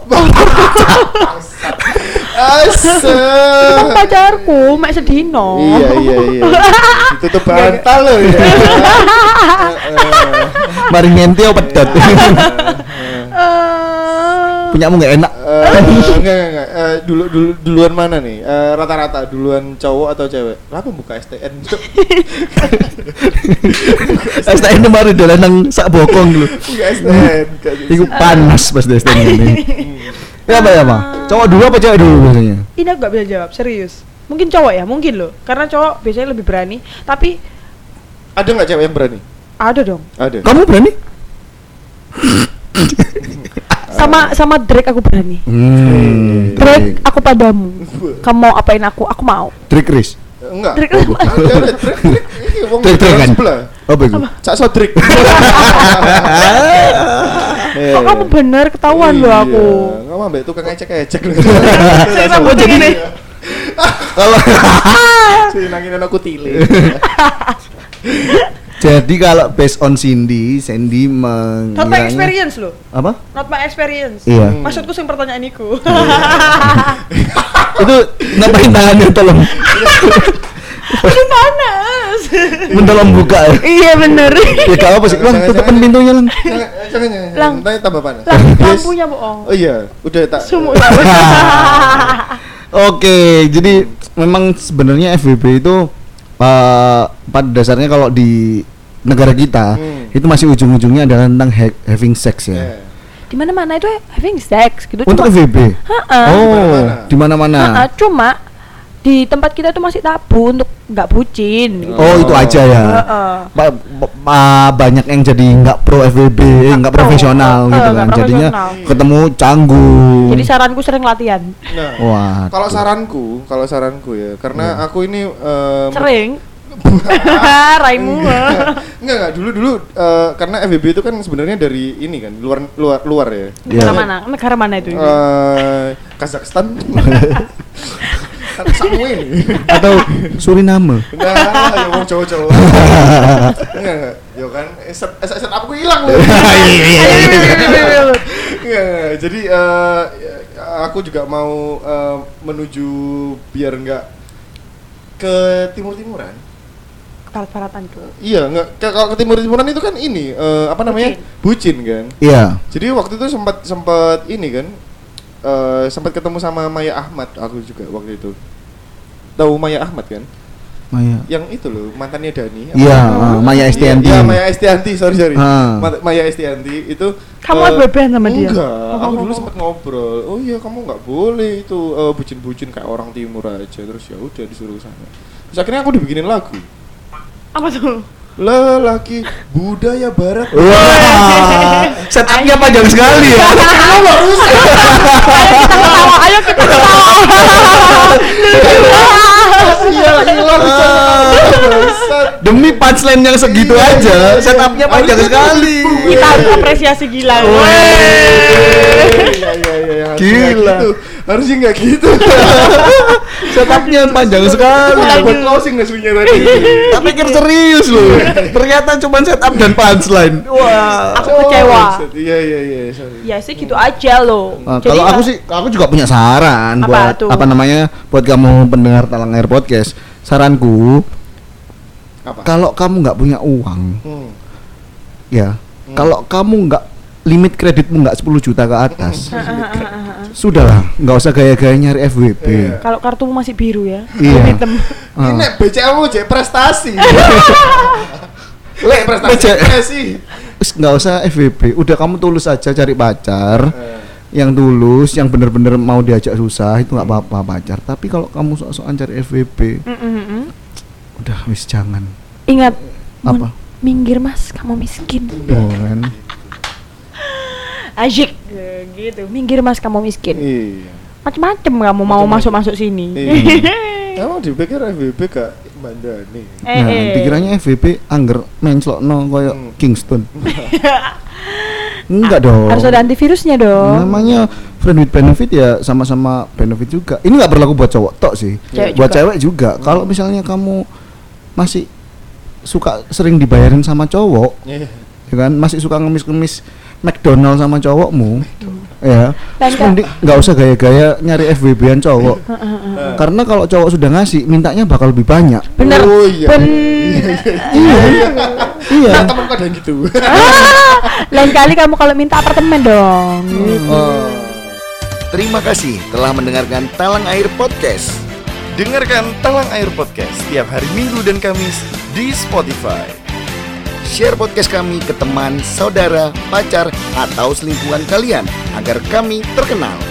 Asem.
Itu pacarku, mek sedino.
Iya, iya, iya. Ditutup bantal loh ya.
Mari ngenti apa pedot.
Eh,
Punyamu nggak enak.
Eh, enggak, enggak, enggak. Eh, dulu, dulu, duluan mana nih? Eh, rata-rata duluan cowok atau cewek? Kenapa buka S T N? Cuk?
S T N baru dolan nang sak bokong dulu.
Buka S T N. Enggak sih.
Iku panas pas di S T N ini. Ya apa ya, Pak? Cowok dulu apa cewek dulu biasanya?
Ini aku nggak bisa jawab, serius. Mungkin cowok ya, mungkin loh. Karena cowok biasanya lebih berani. Tapi
Ada nggak cewek yang berani?
ada dong.
Ada.
Kamu berani?
Sama sama Drake aku berani.
Hmm.
Drake, aku padamu. Kamu mau apain aku? Aku mau.
Trik Chris.
Enggak.
Drake
Ada, ada. Trik, trik. Ini wong
Trik, trik
jalan
kan?
sebelah.
Apa itu?
Cak Sodrik.
Kok kamu bener ketahuan loh aku.
Kamu ambek tukang ecek-ecek loh.
Saya rambut
jadi-
ini.
Kalau
Si nangin aku tile.
jadi kalau based on Cindy, Cindy
Not my
mengiranya
experience loh.
apa?
Not my experience.
Iya.
Maksudku sing pertanyaan iku.
Itu ngapain tangannya tolong?
Aduh panas.
Mentolong buka ya.
Iya bener.
Ya gak apa sih, Lang,
Jangan,
tutupin
jangan.
pintunya, Lang.
Jangan, jangan, jangan.
Lang.
Nanti tambah panas.
Lah,
Yes.
lampunya bohong.
Oh iya, udah tak.
Sumuk.
Oke, jadi memang sebenarnya F W B itu uh, pada dasarnya kalau di negara kita
Hmm.
itu masih ujung-ujungnya adalah tentang ha- having sex ya.
Yeah.
Di mana-mana itu having sex gitu.
Untuk
cuma,
F W B.
Ha-ha.
Oh,
Di mana-mana.
di mana-mana.
Ha-ha, cuma di tempat kita tuh masih tabu untuk nggak bucin. Gitu.
Oh, itu aja ya.
Heeh.
Ba- ba- ba- banyak yang jadi nggak pro F W B, eh, nggak
pro.
profesional
Eh,
gitu
nggak
kan. Jadinya
profesional.
ketemu canggung.
Jadi saranku sering latihan.
Nah,
Wah.
kalau saranku, kalau saranku ya, karena
Iya.
aku ini eh,
Sering. Raimu.
enggak enggak dulu dulu eh, karena F W B itu kan sebenarnya dari ini kan luar luar luar ya.
Iya.
Negara mana? Negara mana itu?
Eh, Kazakhstan. Samuel.
Atau Suriname.
Nah, ya mau cowok-cowok. Enggak enggak. Yo kan set set aku hilang loh. Enggak, enggak. Jadi eh, aku juga mau eh, menuju biar enggak ke timur-timuran.
Barat-baratan tuh.
Iya, enggak ke- kalau ke timur-timuran itu kan ini eh, apa namanya? Bucin kan.
Iya.
Jadi waktu itu sempat sempat ini kan eh, sempat ketemu sama Maya Ahmad aku juga waktu itu. Tahu Maya Ahmad kan?
Maya.
Yang itu loh, mantannya Dani.
Iya,
Apa?
uh, Maya Estianti.
Iya, Maya Estianti, sorry sorry.
Ah.
Ma- Maya Estianti itu
Kamu
eh,
F W B-an sama dia?
Enggak,
Oh,
aku
oh,
dulu
oh.
sempat ngobrol. Oh iya, kamu nggak boleh itu eh, bucin-bucin kayak orang timur aja. Terus ya udah disuruh ke sana. Terus akhirnya aku dibikinin lagu.
Apa tuh?
Lelaki budaya barat.
Wah. Setupnya panjang sekali ya.
Ayo kita ketawa.
Iya, hilang.
Demi punchline yang segitu
Iya,
aja,
iya,
setupnya
iya.
panjang
Harusnya
sekali.
Kita harus apresiasi gila.
Iya iya iya iya. harusnya
Gila.
nggak gitu. Harusnya enggak gitu.
Setupnya panjang sekali.
Aku buat closing nasunya tadi.
Tak pikir serius loh. Ternyata cuma setup dan punchline. Wah.
Aku kecewa.
Iya iya iya, sorry.
Ya sih gitu aja loh.
Uh,
Jadi
kalau aku
ya-
sih, aku juga punya saran
Apa
buat
tuh?
apa namanya, buat kamu pendengar Talang Air Podcast. Saranku,
Apa?
kalau kamu nggak punya uang,
Hmm.
ya,
Hmm.
kalau kamu nggak limit kreditmu nggak sepuluh juta ke atas, sudahlah, nggak usah gaya-gaya nyari F W B.
Iya.
kalau kartumu masih biru ya.
Iya.
belum hitam.
Ah.
Ini B C kamu cek prestasi. Lek prestasi.
Becek.
Prestasi.
Terus nggak usah F W B, udah kamu tulus aja cari pacar.
Eh,
Yang tulus, yang bener-bener mau diajak susah, itu nggak apa-apa pacar. Tapi kalau kamu sok-sokan cari F W B,
Mm-mm-mm.
udah wis jangan.
Ingat.
Apa?
Mun, minggir mas, kamu miskin.
Oh, kan?
Asyik. Ya, gitu. Minggir mas, kamu miskin.
Iya.
Macem-macem kamu mau
Macem-macem.
masuk-masuk sini.
Iya. Emang dipikir F W B kak Mandani.
Eh,
Nah,
eh.
dikiranya F W B angger menclokno koyo
Hmm.
Kingston. Enggak dong.
Harus ada antivirusnya dong.
Namanya friend with benefit ya, sama-sama benefit juga. Ini nggak berlaku buat cowok tok sih.
Cewek
buat
juga.
cewek juga. Kalau misalnya kamu masih suka sering dibayarin sama cowok,
Iya.
ya kan, masih suka ngemis-ngemis McDonald sama cowokmu, ya,
Dan
terus
Kak-
mending nggak usah gaya-gaya nyari F W B-an cowok.
Eh.
Karena kalau cowok sudah ngasih, mintanya bakal lebih banyak.
Bener.
Oh iya.
Ben-
Iya, iya.
Nah, temanku ada yang gitu.
Lain kali kamu kalau minta apartemen dong.
Oh. Terima kasih telah mendengarkan Talang Air Podcast.
Dengarkan Talang Air Podcast setiap hari Minggu dan Kamis di Spotify.
Share podcast kami ke teman, saudara, pacar, atau selingkuhan kalian agar kami terkenal.